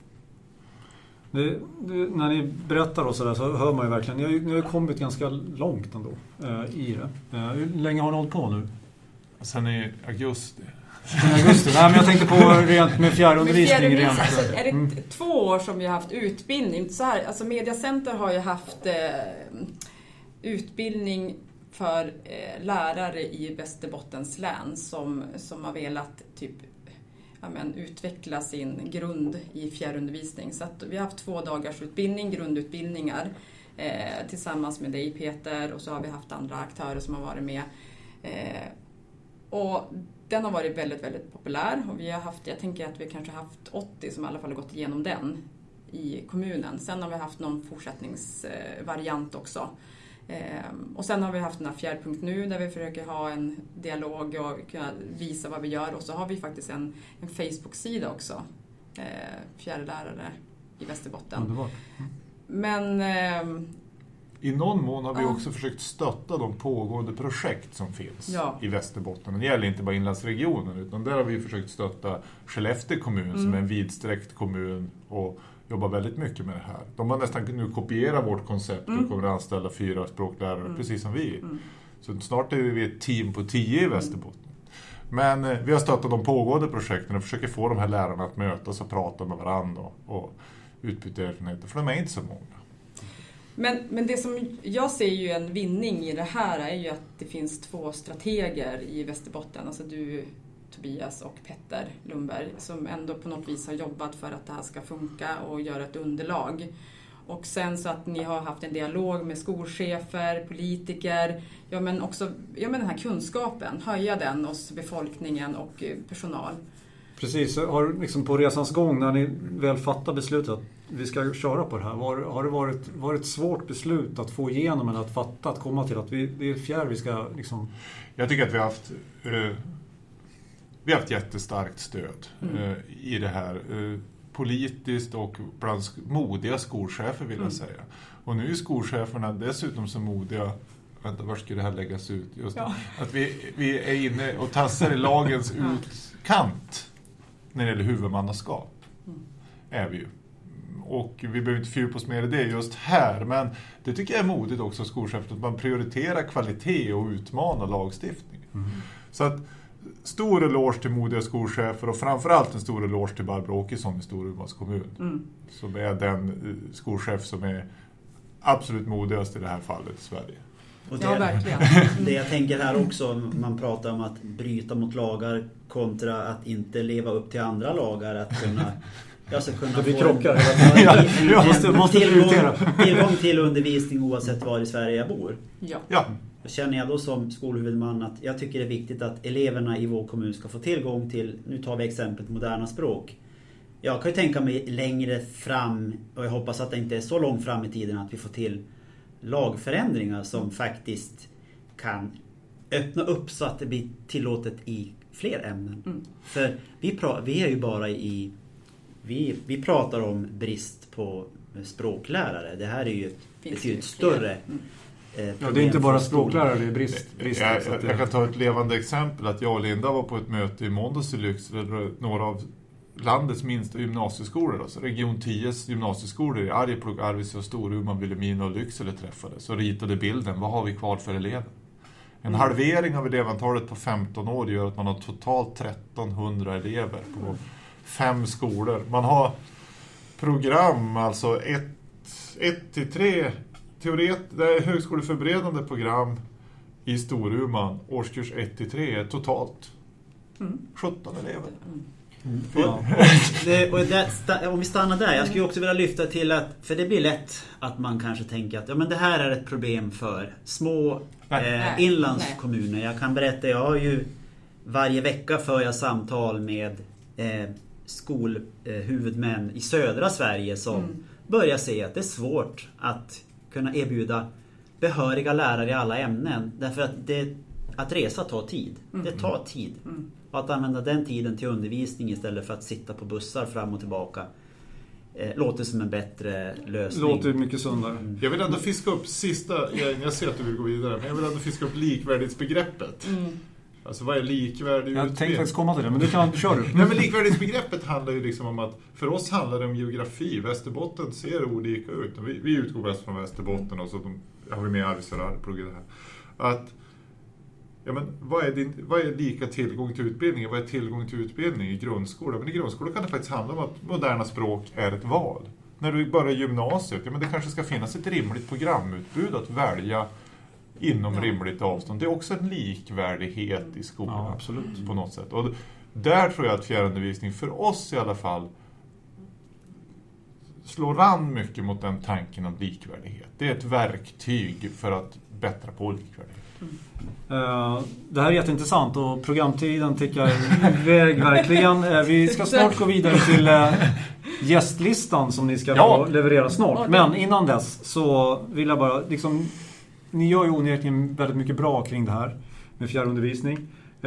[SPEAKER 3] När ni berättar och så hör man ju verkligen, ni har kommit ganska långt ändå i det. Hur länge har ni hållit på nu?
[SPEAKER 1] Sen i augusti.
[SPEAKER 3] Nej, men jag tänkte på rent med fjärrundervisning.
[SPEAKER 5] Alltså, är det 2 år som vi har haft utbildning? Så här, alltså Mediacenter har ju haft utbildning för lärare i Västerbottens län som har velat typ utveckla sin grund i fjärrundervisning. Så att vi har haft 2 dagars utbildning, grundutbildningar tillsammans med dig Peter, och så har vi haft andra aktörer som har varit med. Och den har varit väldigt, väldigt populär, och vi har haft, jag tänker att vi kanske haft 80 som i alla fall har gått igenom den i kommunen. Sen har vi haft någon fortsättningsvariant också. Och sen har vi haft den här fjärr.nu där vi försöker ha en dialog och kunna visa vad vi gör. Och så har vi faktiskt en Facebook-sida också. Fjärrlärare i Västerbotten.
[SPEAKER 3] Underbart.
[SPEAKER 5] Men
[SPEAKER 1] i någon mån har vi också försökt stötta de pågående projekt som finns i Västerbotten. Det gäller inte bara inlandsregionen, utan där har vi försökt stötta Skellefteå kommun som är en vidsträckt kommun och jobbar väldigt mycket med det här. De har nästan nu kopierat vårt koncept och kommer att anställa 4 språklärare precis som vi. Så snart är vi ett team på 10 i Västerbotten. Men vi har stöttat de pågående projekten och försöker få de här lärarna att mötas och prata med varandra och utbyta erfarenheter, för de är inte så många.
[SPEAKER 5] Men det som jag ser ju en vinning i det här är ju att det finns 2 strateger i Västerbotten. Alltså du, Tobias, och Petter Lundberg, som ändå på något vis har jobbat för att det här ska funka och göra ett underlag. Och sen så att ni har haft en dialog med skolchefer, politiker, men också den här kunskapen, höja den hos befolkningen och personal.
[SPEAKER 3] Precis, har liksom på resans gång när ni väl fattar beslutet att vi ska köra på det här, har det varit ett svårt beslut att få igenom eller att fatta, att komma till att det är fjärr vi ska liksom...
[SPEAKER 1] Jag tycker att vi har haft jättestarkt stöd i det här. Politiskt och bland modiga skolchefer vill jag säga. Och nu är skolcheferna dessutom så modiga. Vänta, var skulle det här läggas ut? Just att vi är inne och tassar i lagens utkant när det gäller huvudmannaskap. Är vi ju. Och vi behöver inte fördjupa oss mer i det just här. Men det tycker jag är modigt också skolchefer, att man prioriterar kvalitet och utmanar lagstiftning. Så att stor eloge till modiga skolchefer och framförallt en stor eloge till Barbro Åkesson i Storumans kommun. Som är den skolchef som är absolut modigast i det här fallet i Sverige.
[SPEAKER 4] Och
[SPEAKER 5] verkligen.
[SPEAKER 4] Det jag tänker här också, man pratar om att bryta mot lagar kontra att inte leva upp till andra lagar, att kunna... Jag ska kunna
[SPEAKER 3] få
[SPEAKER 4] tillgång till undervisning oavsett var i Sverige jag bor.
[SPEAKER 1] Ja.
[SPEAKER 4] Då känner jag då som skolhuvudman att jag tycker det är viktigt att eleverna i vår kommun ska få tillgång till, nu tar vi exemplet moderna språk. Jag kan ju tänka mig längre fram, och jag hoppas att det inte är så långt fram i tiden, att vi får till lagförändringar som faktiskt kan öppna upp så att det blir tillåtet i fler ämnen. För vi är ju bara i... Vi pratar om brist på språklärare. Det här är ju ett större
[SPEAKER 3] problem. Det är inte bara språklärare, det är brist.
[SPEAKER 1] Jag kan ta ett levande exempel. Att jag och Linda var på ett möte i måndags i Lycksele, några av landets minsta gymnasieskolor. Alltså Region 10s gymnasieskolor i Arjeplog, Arvidsjaur, Storuman, Vilhelmina och Lycksele träffades och ritade bilden. Vad har vi kvar för elever? En halvering av elevantalet på 15 år gör att man har totalt 1300 elever på 5 skolor. Man har program, alltså 1-3 det är högskoleförberedande program i Storuman, årskurs 1-3, totalt 17 elever.
[SPEAKER 4] Om vi stannar där, jag skulle också vilja lyfta till att, för det blir lätt att man kanske tänker att men det här är ett problem för små inlandskommuner. Jag kan berätta, jag har ju varje vecka för jag samtal med skolhuvudmän i södra Sverige som börjar se att det är svårt att kunna erbjuda behöriga lärare i alla ämnen, därför att att resa tar tid. Det tar tid. Och att använda den tiden till undervisning istället för att sitta på bussar fram och tillbaka låter som en bättre lösning.
[SPEAKER 3] Låter mycket sundare.
[SPEAKER 1] Jag vill ändå fiska upp jag ser att du vill gå vidare, men jag vill ändå fiska upp likvärdighetsbegreppet. Alltså vad är likvärdig utbildning?
[SPEAKER 3] Jag tänkte faktiskt komma till det, men du kan köra.
[SPEAKER 1] Nej, men likvärdighetsbegreppet handlar ju liksom om att för oss handlar det om geografi. Västerbotten ser olika ut. Vi utgår väst från Västerbotten och så har vi med Arvidsjaur här. Att vad är lika tillgång till utbildning? Vad är tillgång till utbildning i grundskolan? Men i grundskolan kan det faktiskt handla om att moderna språk är ett val. När du börjar gymnasiet, det kanske ska finnas ett rimligt programutbud att välja inom rimligt avstånd. Det är också en likvärdighet i skolan absolut. På något sätt. Och där tror jag att fjärrundervisning för oss i alla fall slår an mycket mot den tanken om likvärdighet. Det är ett verktyg för att bättra på likvärdighet.
[SPEAKER 3] Det här är jätteintressant och programtiden tickar iväg verkligen. Vi ska snart gå vidare till gästlistan som ni ska leverera snart. Men innan dess så vill jag bara ni gör ju onekligen väldigt mycket bra kring det här med fjärrundervisning.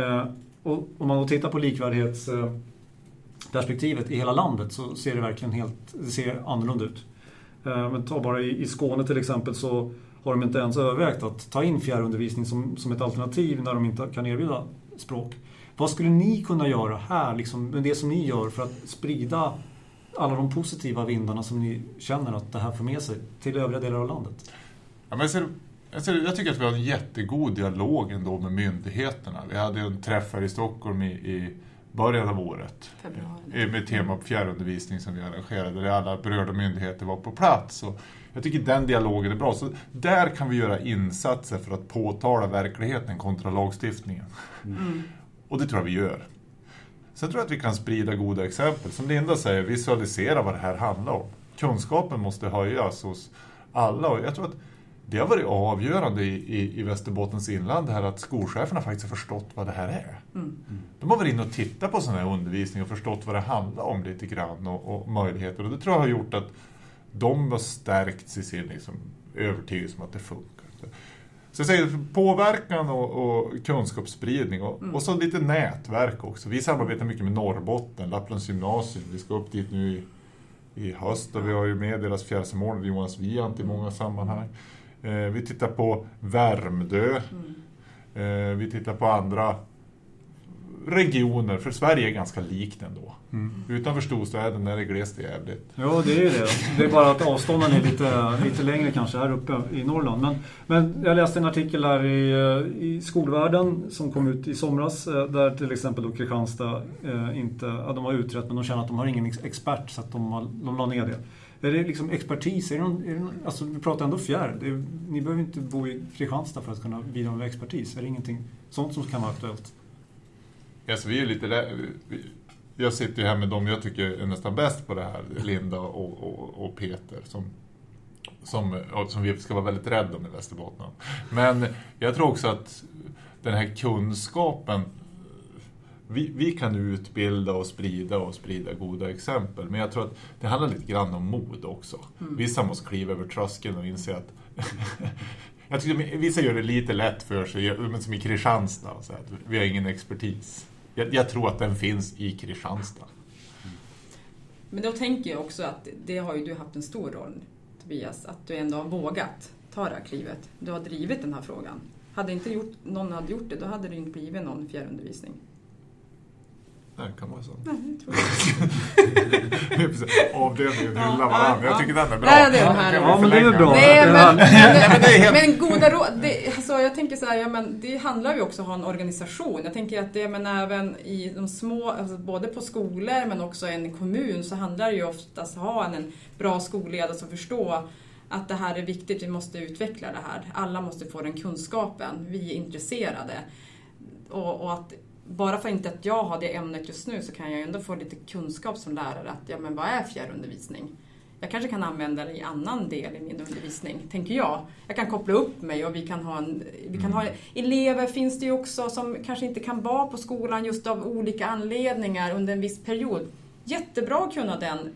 [SPEAKER 3] Och om man då tittar på likvärdighetsperspektivet i hela landet så ser det verkligen ser annorlunda ut. Men ta bara i Skåne till exempel så har de inte ens övervägt att ta in fjärrundervisning som ett alternativ när de inte kan erbjuda språk. Vad skulle ni kunna göra här med det som ni gör för att sprida alla de positiva vindarna som ni känner att det här får med sig till övriga delar av landet?
[SPEAKER 1] Ja, men jag tycker att vi har en jättegod dialog ändå med myndigheterna. Vi hade ju en träff här i Stockholm i början av året. Med tema på fjärrundervisning som vi arrangerade. Där alla berörda myndigheter var på plats. Och jag tycker den dialogen är bra. Så där kan vi göra insatser för att påtala verkligheten kontra lagstiftningen. Och det tror jag vi gör. Sen tror jag att vi kan sprida goda exempel. Som Linda säger, visualisera vad det här handlar om. Kunskapen måste höjas hos alla. Och jag tror att det har varit avgörande i Västerbottens inland det här att skolcheferna faktiskt har förstått vad det här är. De har varit inne och tittat på sån här undervisning och förstått vad det handlar om lite grann och möjligheter. Och det tror jag har gjort att de har stärkts i sin övertygelse om att det funkar. Så jag säger påverkan och kunskapsspridning och så lite nätverk också. Vi samarbetar mycket med Norrbotten, Lapplands gymnasium. Vi ska upp dit nu i höst och vi har ju med deras fjärrsamordnare Jonas Viant i många sammanhang. Vi tittar på Värmdö. Vi tittar på andra regioner, för Sverige är ganska likt ändå. Utanför storstäden är det glest och jävligt.
[SPEAKER 3] Ja, det är det. Det är bara att avstånden är lite längre kanske här uppe i Norrland. Men jag läste en artikel här i Skolvärlden som kom ut i somras där till exempel då Kristianstad de har utrett men de känner att de har ingen expert så att de la ner det. Är det expertis? Alltså vi pratar ändå fjärr. Ni behöver inte bo i Kristianstad för att kunna bidra med expertis. Är det ingenting sånt som kan vara aktuellt?
[SPEAKER 1] Alltså vi är lite jag sitter ju här med dem jag tycker är nästan bäst på det här, Linda och Peter som vi ska vara väldigt rädda om i Västerbotten. Men jag tror också att den här kunskapen vi kan utbilda och sprida goda exempel, men jag tror att det handlar lite grann om mod också. Vissa måste kliva över tröskeln och inse att jag tycker vissa gör det lite lätt för sig, men som i Kristianstad så att vi har ingen expertis. Jag tror att den finns i Kristianstad.
[SPEAKER 5] Men då tänker jag också att det har ju du haft en stor roll, Tobias, att du ändå har vågat ta det här klivet. Du har drivit den här frågan. Hade inte någon hade gjort det, då hade det inte blivit någon fjärrundervisning.
[SPEAKER 1] Nej, kan vara så.
[SPEAKER 5] Nej, jag tror det.
[SPEAKER 1] Avdelningen hyllar varandra. Jag tycker den är bra.
[SPEAKER 5] Nej, det är här.
[SPEAKER 3] Ja, men det är bra.
[SPEAKER 5] Men goda råd, alltså jag tänker så här, men det handlar ju också om att ha en organisation. Jag tänker att även i de små, alltså både på skolor men också i en kommun så handlar det ju oftast om att ha en bra skolledare som förstår att det här är viktigt, vi måste utveckla det här. Alla måste få den kunskapen, vi är intresserade. Och att bara för inte att jag har det ämnet just nu så kan jag ändå få lite kunskap som lärare att ja, men vad är fjärrundervisning? Jag kanske kan använda det i annan del i min undervisning, tänker jag. Jag kan koppla upp mig och vi kan ha elever finns det ju också som kanske inte kan vara på skolan just av olika anledningar under en viss period. Jättebra att kunna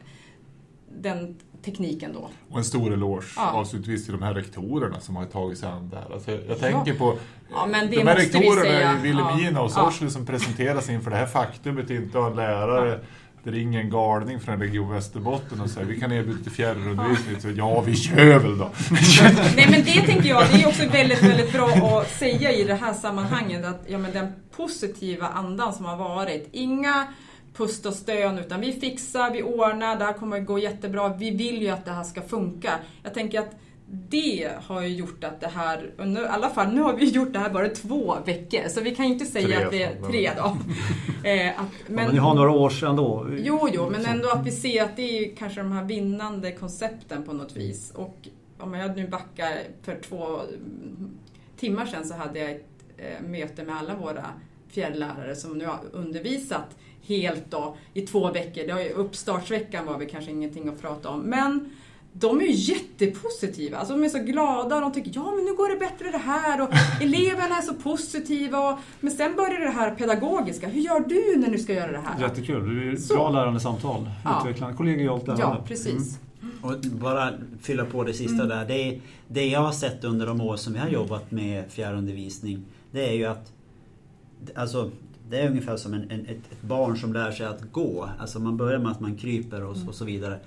[SPEAKER 5] den tekniken då.
[SPEAKER 1] Och en stor eloge avslutvis till de här rektorerna som har tagit sig an det här. Alltså jag tänker på
[SPEAKER 5] men det
[SPEAKER 1] de här rektorerna
[SPEAKER 5] i
[SPEAKER 1] Vilhelmina och Sorsele som presenteras inför det här faktumet inte ha en lärare. Det ringer en galning från Region Västerbotten och säger vi kan erbjuda till fjärrundervisning. Så ja, vi kör väl då.
[SPEAKER 5] Nej, men det tänker jag, det är också väldigt, väldigt bra att säga i det här sammanhanget att ja, men den positiva andan som har varit, inga pust och stön utan vi fixar, vi ordnar, det här kommer att gå jättebra, vi vill ju att det här ska funka. Jag tänker att det har ju gjort att det här, i alla fall nu har vi gjort det här bara 2 veckor så vi kan ju inte säga att det är 3 då.
[SPEAKER 3] Men ni har några år sedan då?
[SPEAKER 5] Jo, men ändå att vi ser att det är kanske de här vinnande koncepten på något vis. Och om jag nu backar för 2 timmar sedan så hade jag ett möte med alla våra fjärrlärare som nu har undervisat helt då i 2 veckor. Det har ju uppstartsveckan var vi kanske ingenting att prata om. Men de är ju jättepositiva. Alltså de är så glada och de tycker ja men nu går det bättre det här och eleverna är så positiva. Men sen börjar det här pedagogiska. Hur gör du när du ska göra det här?
[SPEAKER 3] Jättekul. Det är bra lärande samtal. Utvecklande, kollegialt lärande.
[SPEAKER 5] Ja, precis.
[SPEAKER 4] Och bara fylla på det sista där. Det jag har sett under de år som vi har jobbat med fjärrundervisning, det är ju att alltså, det är ungefär som ett barn som lär sig att gå. Alltså man börjar med att man kryper och så vidare.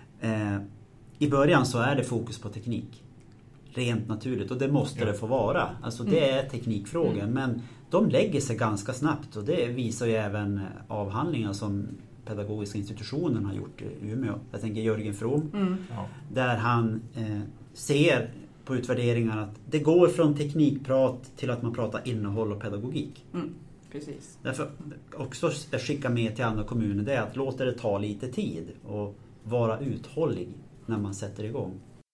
[SPEAKER 4] I början så är det fokus på teknik. Rent naturligt. Och det måste det få vara. Alltså det är teknikfrågor. Men de lägger sig ganska snabbt. Och det visar ju även avhandlingar som pedagogiska institutionen har gjort i Umeå. Jag tänker Jörgen From. Där han ser på utvärderingar att det går från teknikprat till att man pratar innehåll och pedagogik.
[SPEAKER 5] Precis.
[SPEAKER 4] Därför också skicka med till andra kommuner det är att låta det ta lite tid och vara uthållig när man sätter igång.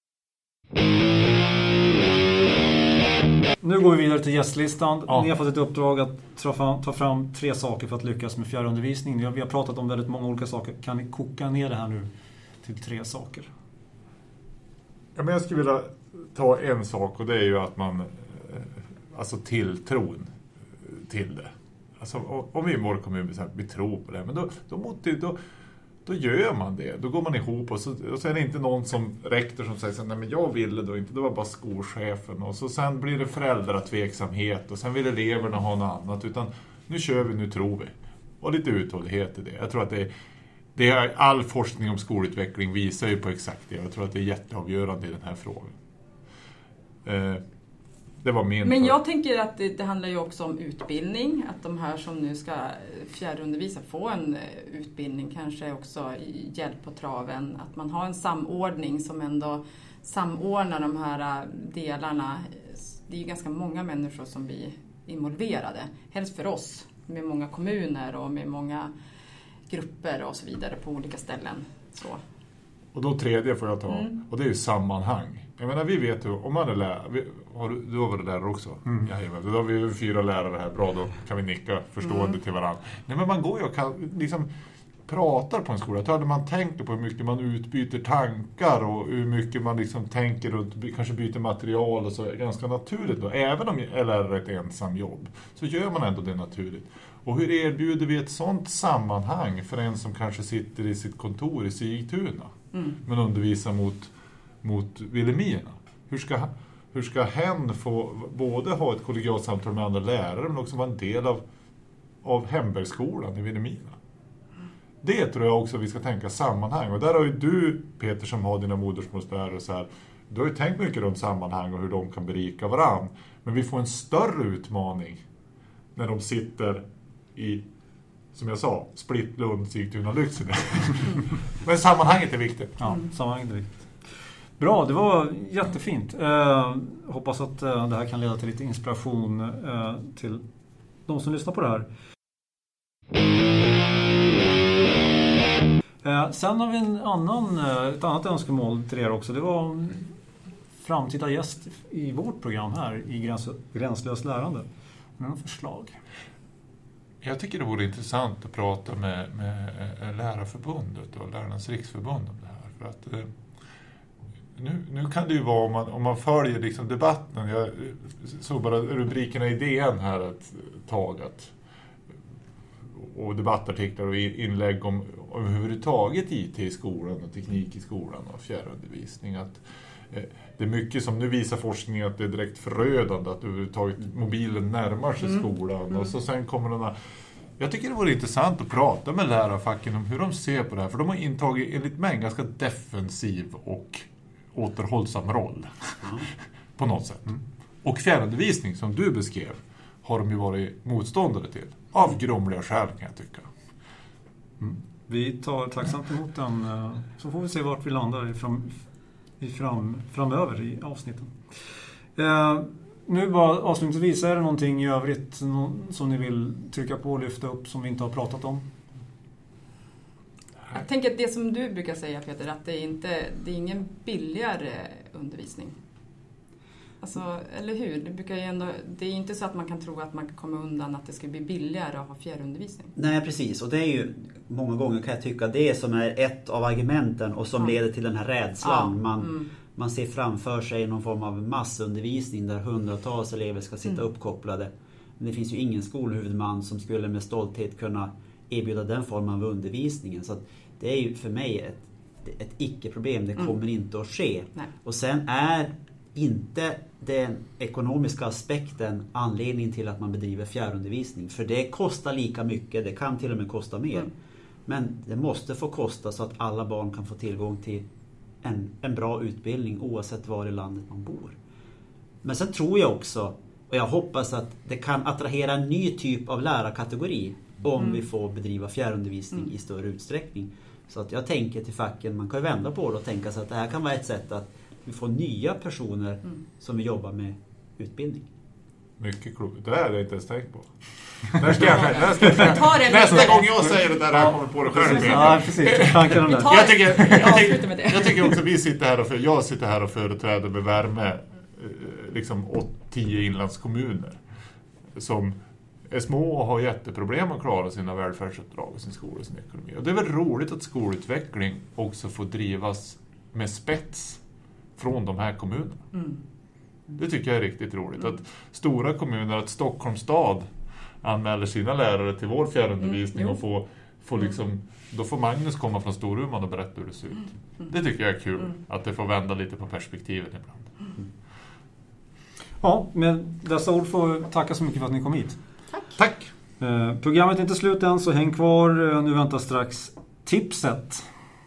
[SPEAKER 3] Nu går vi vidare till gästlistan. Ni har fått ett uppdrag att ta fram 3 saker för att lyckas med fjärrundervisning. Vi har pratat om väldigt många olika saker. Kan ni koka ner det här nu till 3 saker?
[SPEAKER 1] Ja, men jag skulle vilja ta en sak och det är ju att man alltså tilltron till det. Alltså om vi i vår kommun vi tror på det, men då gör man det. Då går man ihop och så är det inte någon som rektor som säger så, nej men jag ville då inte, det var bara skolchefen och så sen blir det föräldratveksamhet och sen vill eleverna ha något annat, utan nu kör vi, nu tror vi. Och lite uthållighet i det. Jag tror att det är all forskning om skolutveckling visar ju på exakt det. Jag tror att det är jätteavgörande i den här frågan. Det var
[SPEAKER 5] Men jag tänker att det handlar ju också om utbildning. Att de här som nu ska fjärrundervisa får en utbildning, kanske också hjälp på traven. Att man har en samordning som ändå samordnar de här delarna. Det är ju ganska många människor som blir involverade. Helst för oss, med många kommuner och med många grupper och så vidare på olika ställen. Så.
[SPEAKER 1] Och då 3 får jag ta. Och det är ju sammanhang. Jag menar, vi vet ju, om man är lärare, du har varit lärare också. Då har vi 4 lärare här, bra, då kan vi nicka förstående till varandra. Nej, men man går ju och kan, liksom pratar på en skola. Jag tror att man tänker på hur mycket man utbyter tankar och hur mycket man liksom tänker runt, kanske byter material och så, är ganska naturligt då. Även om jag är ett ensam jobb så gör man ändå det naturligt. Och hur erbjuder vi ett sånt sammanhang för en som kanske sitter i sitt kontor i Sigtuna men undervisar mot Vilhelmina? Hur ska hen få både ha ett kollegialt samtal med andra lärare men också vara en del av Hembergsskolan i Vilhelmina? Det tror jag också vi ska tänka sammanhang. Och där har ju du, Peter, som har dina modersmålslärare så här, du har ju tänkt mycket runt sammanhang och hur de kan berika varann. Men vi får en större utmaning när de sitter i, som jag sa, Splittlund, Sigtuna, Lycksele. Men sammanhanget är viktigt.
[SPEAKER 3] Ja, sammanhanget är viktigt. Bra, det var jättefint. Hoppas att det här kan leda till lite inspiration till de som lyssnar på det här. Sen har vi ett annat önskemål till er också. Det var framtida gäst i vårt program här i Gränslöst lärande. Med några förslag.
[SPEAKER 1] Jag tycker det vore intressant att prata med Lärarförbundet och Lärarnas riksförbund om det här. För att nu kan det ju vara om man följer liksom debatten. Jag såg bara rubrikerna i DN här ett tag och debattartiklar och inlägg om överhuvudtaget IT i skolan och teknik i skolan och fjärrundervisning. Att det är mycket som nu visar forskning att det är direkt förödande att överhuvudtaget mobilen närmar sig skolan. Och så sen kommer den här. Jag tycker det vore intressant att prata med lärarfacken om hur de ser på det här. För de har intagit enligt mig en ganska defensiv och återhållsam roll. På något sätt. Och fjärrundervisning som du beskrev har de ju varit motståndare till. Av grumliga skäl kan jag tycka.
[SPEAKER 3] Vi tar tacksamt emot den. Så får vi se vart vi landar framöver i avsnitten. Nu bara avslutningsvis, är det någonting i övrigt som ni vill trycka på och lyfta upp som vi inte har pratat om?
[SPEAKER 5] Jag tänker att det som du brukar säga, Peter, att det är ingen billigare undervisning. Alltså, eller hur? Det är inte så att man kan tro att man kan komma undan att det ska bli billigare att ha fjärrundervisning.
[SPEAKER 4] Nej, precis. Och det är ju många gånger kan jag tycka det som är ett av argumenten och som leder till den här rädslan. Man ser framför sig någon form av massundervisning där hundratals elever ska sitta uppkopplade. Men det finns ju ingen skolhuvudman som skulle med stolthet kunna erbjuda den formen av undervisningen. Så att det är ju för mig ett icke-problem. Det kommer inte att ske.
[SPEAKER 5] Nej.
[SPEAKER 4] Och sen är inte den ekonomiska aspekten anledningen till att man bedriver fjärrundervisning. För det kostar lika mycket, det kan till och med kosta mer. Men det måste få kosta så att alla barn kan få tillgång till en bra utbildning oavsett var i landet man bor. Men sen tror jag också, och jag hoppas att det kan attrahera en ny typ av lärarkategori om vi får bedriva fjärrundervisning i större utsträckning. Så att jag tänker till facken, man kan ju vända på det och tänka sig att det här kan vara ett sätt att vi får nya personer som vill jobba med utbildning.
[SPEAKER 1] Mycket klokt. Det här är jag inte ens tänkt på. Nästa gång jag säger det där jag kommer på det själv.
[SPEAKER 3] Ja, precis.
[SPEAKER 1] Jag tycker också vi sitter här jag sitter här och företräder med värme liksom 10 inlandskommuner som är små och har jätteproblem att klara sina välfärdsuppdrag och sin skola och sin ekonomi. Och det är väl roligt att skolutveckling också får drivas med spets från de här kommunerna. Det tycker jag är riktigt roligt. Att stora kommuner, att Stockholms stad anmäler sina lärare till vår fjärrundervisning och får liksom, då får Magnus komma från Storuman och berätta hur det ser ut. Det tycker jag är kul, att det får vända lite på perspektivet ibland.
[SPEAKER 3] Ja, med dessa ord får jag tacka så mycket för att ni kom hit.
[SPEAKER 1] Tack!
[SPEAKER 3] Programmet är inte slut än, så häng kvar. Nu väntar strax tipset.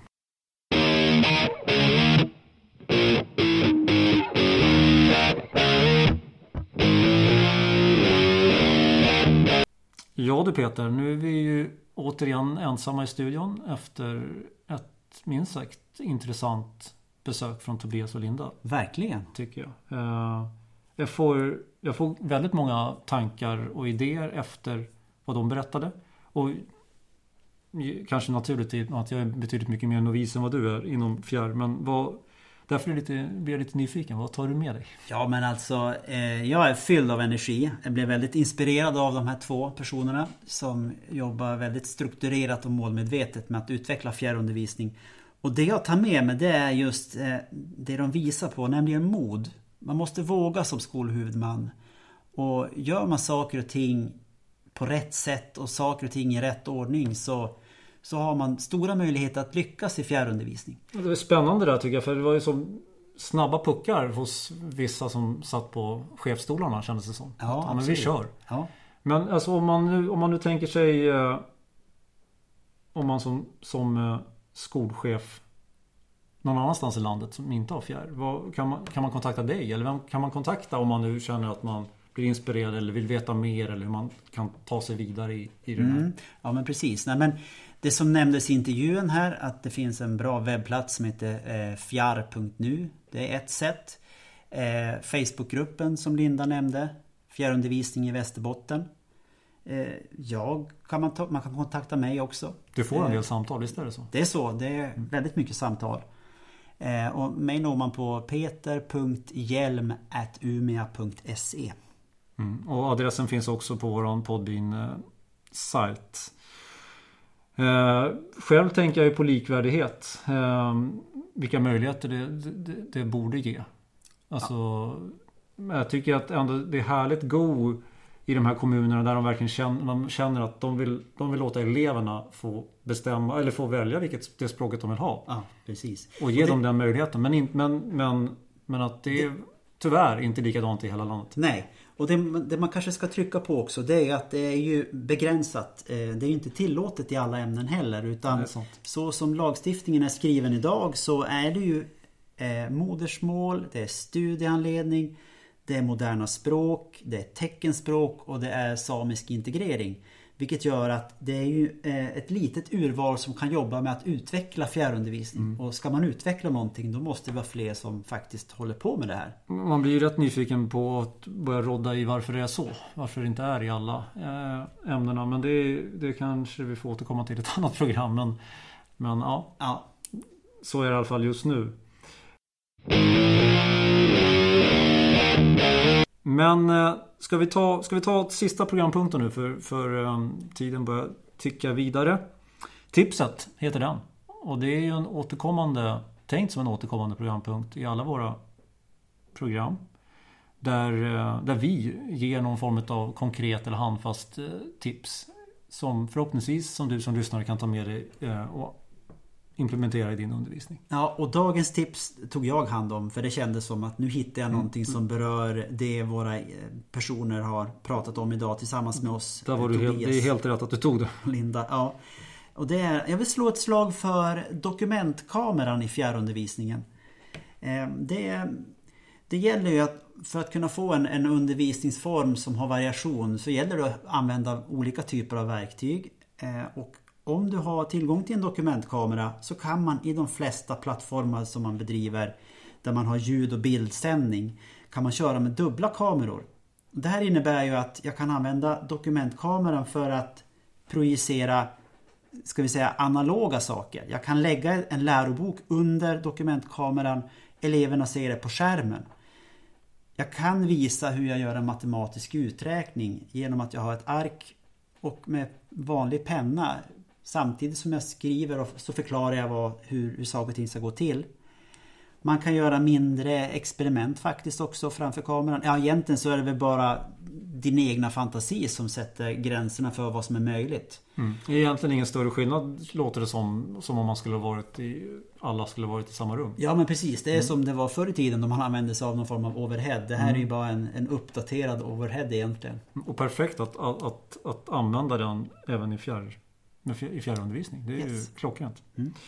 [SPEAKER 3] Ja du Peter, nu är vi ju återigen ensamma i studion efter ett minst sagt intressant besök från Tobias och Linda.
[SPEAKER 4] Verkligen.
[SPEAKER 3] Tycker jag. Jag får väldigt många tankar och idéer efter vad de berättade. Och kanske naturligt att jag är betydligt mycket mer novis än vad du är inom fjärr. Men därför blir jag lite nyfiken. Vad tar du med dig?
[SPEAKER 4] Ja, men alltså jag är fylld av energi. Jag blev väldigt inspirerad av de här 2 personerna som jobbar väldigt strukturerat och målmedvetet med att utveckla fjärrundervisning. Och det jag tar med mig, det är just det de visar på, nämligen mod. Man måste våga som skolhuvudman. Och gör man saker och ting på rätt sätt och saker och ting i rätt ordning så har man stora möjligheter att lyckas i fjärrundervisning.
[SPEAKER 3] Det var spännande där tycker jag, för det var ju så snabba puckar hos vissa som satt på chefstolarna, kändes det som.
[SPEAKER 4] Ja,
[SPEAKER 3] men vi kör.
[SPEAKER 4] Ja.
[SPEAKER 3] Men alltså om man nu tänker sig om man som skolchef någon annanstans i landet som inte har fjärr, kan man kontakta dig? Eller vem kan man kontakta om man nu känner att man blir inspirerad eller vill veta mer, eller hur man kan ta sig vidare i den här?
[SPEAKER 4] Ja, men precis. Nej, men det som nämndes i intervjun här, att det finns en bra webbplats som heter fjärr.nu. Det är ett sätt. Facebookgruppen som Linda nämnde, fjärrundervisning i Västerbotten. Man kan kontakta mig också.
[SPEAKER 3] Du får en del samtal, visst är det så?
[SPEAKER 4] Det är så, det är väldigt mycket samtal. Och mig når man på peter.hjelm@umea.se.
[SPEAKER 3] Och adressen finns också på vår Podbean-sajt. Själv tänker jag ju på likvärdighet. Vilka möjligheter det borde ge. Alltså, jag tycker att ändå det är härligt go i de här kommunerna där de verkligen känner att de vill låta eleverna få bestämma eller få välja det språket de vill ha.
[SPEAKER 4] Ja, precis.
[SPEAKER 3] Och ge dem den möjligheten. Men att det är tyvärr inte likadant i hela landet.
[SPEAKER 4] Nej. Och det man kanske ska trycka på också, det är att det är ju begränsat. Det är ju inte tillåtet i alla ämnen heller, utan så som lagstiftningen är skriven idag så är det ju modersmål, det är studiehandledning, det är moderna språk, det är teckenspråk och det är samisk integrering. Vilket gör att det är ju ett litet urval som kan jobba med att utveckla fjärrundervisning. Och ska man utveckla någonting, då måste det vara fler som faktiskt håller på med det här.
[SPEAKER 3] Man blir ju rätt nyfiken på att börja rodda i varför det är så. Varför det inte är i alla ämnena. Men det kanske vi får återkomma till ett annat program. Men ja, så är det i alla fall just nu. Men ska vi ta sista programpunkten nu för tiden börjar ticka vidare. Tipset heter den. Och det är ju tänkt som en återkommande programpunkt i alla våra program. Där vi ger någon form av konkret eller handfast tips. Som förhoppningsvis som du som lyssnare kan ta med dig och implementera i din undervisning.
[SPEAKER 4] Ja, och dagens tips tog jag hand om, för det kändes som att nu hittar jag någonting som berör det våra personer har pratat om idag tillsammans med oss.
[SPEAKER 3] Där var det är helt rätt att du tog det.
[SPEAKER 4] Linda, ja. Och jag vill slå ett slag för dokumentkameran i fjärrundervisningen. Det gäller ju att för att kunna få en undervisningsform som har variation så gäller det att använda olika typer av verktyg. Och om du har tillgång till en dokumentkamera så kan man i de flesta plattformar som man bedriver där man har ljud- och bildsändning kan man köra med dubbla kameror. Det här innebär ju att jag kan använda dokumentkameran för att projicera, ska vi säga, analoga saker. Jag kan lägga en lärobok under dokumentkameran, eleverna ser det på skärmen. Jag kan visa hur jag gör en matematisk uträkning genom att jag har ett ark och med vanlig penna. Samtidigt som jag skriver och så förklarar jag hur saker och ting ska gå till. Man kan göra mindre experiment faktiskt också framför kameran. Ja, egentligen så är det väl bara din egna fantasi som sätter gränserna för vad som är möjligt.
[SPEAKER 3] Det är egentligen ingen större skillnad, låter det som om man alla skulle varit i samma rum.
[SPEAKER 4] Ja, men precis. Det är som det var förr i tiden då man använde sig av någon form av overhead. Det här är ju bara en uppdaterad overhead egentligen. Och
[SPEAKER 3] perfekt att använda den även i fjärrundervisning. Det är ju klockrent.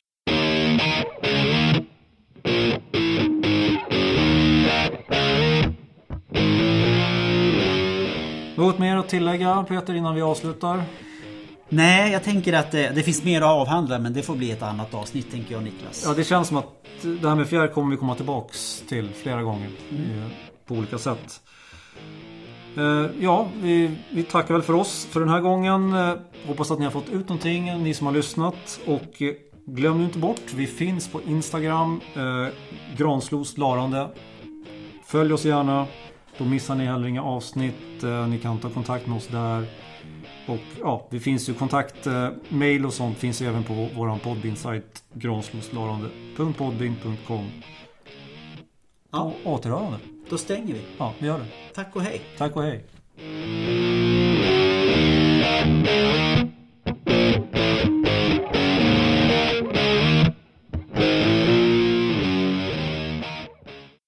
[SPEAKER 3] Något mer att tillägga, Peter, innan vi avslutar?
[SPEAKER 4] Nej, jag tänker att det finns mer att avhandla, men det får bli ett annat avsnitt, tänker jag, Niklas.
[SPEAKER 3] Ja, det känns som att det här med fjärr kommer vi komma tillbaks till flera gånger på olika sätt. Ja, vi tackar väl för oss för den här gången. Hoppas att ni har fått ut någonting, ni som har lyssnat. Och glöm nu inte bort, vi finns på Instagram, Granslos Larande. Följ oss gärna, då missar ni heller inga avsnitt. Ni kan ta kontakt med oss där. Och ja, det finns ju kontaktmail och sånt finns ju även på våran Podbean-sajt gransloslarande.podbean.com. Ja, återhörande.
[SPEAKER 4] Då stänger vi.
[SPEAKER 3] Ja, vi gör det.
[SPEAKER 4] Tack och hej.
[SPEAKER 3] Tack och hej.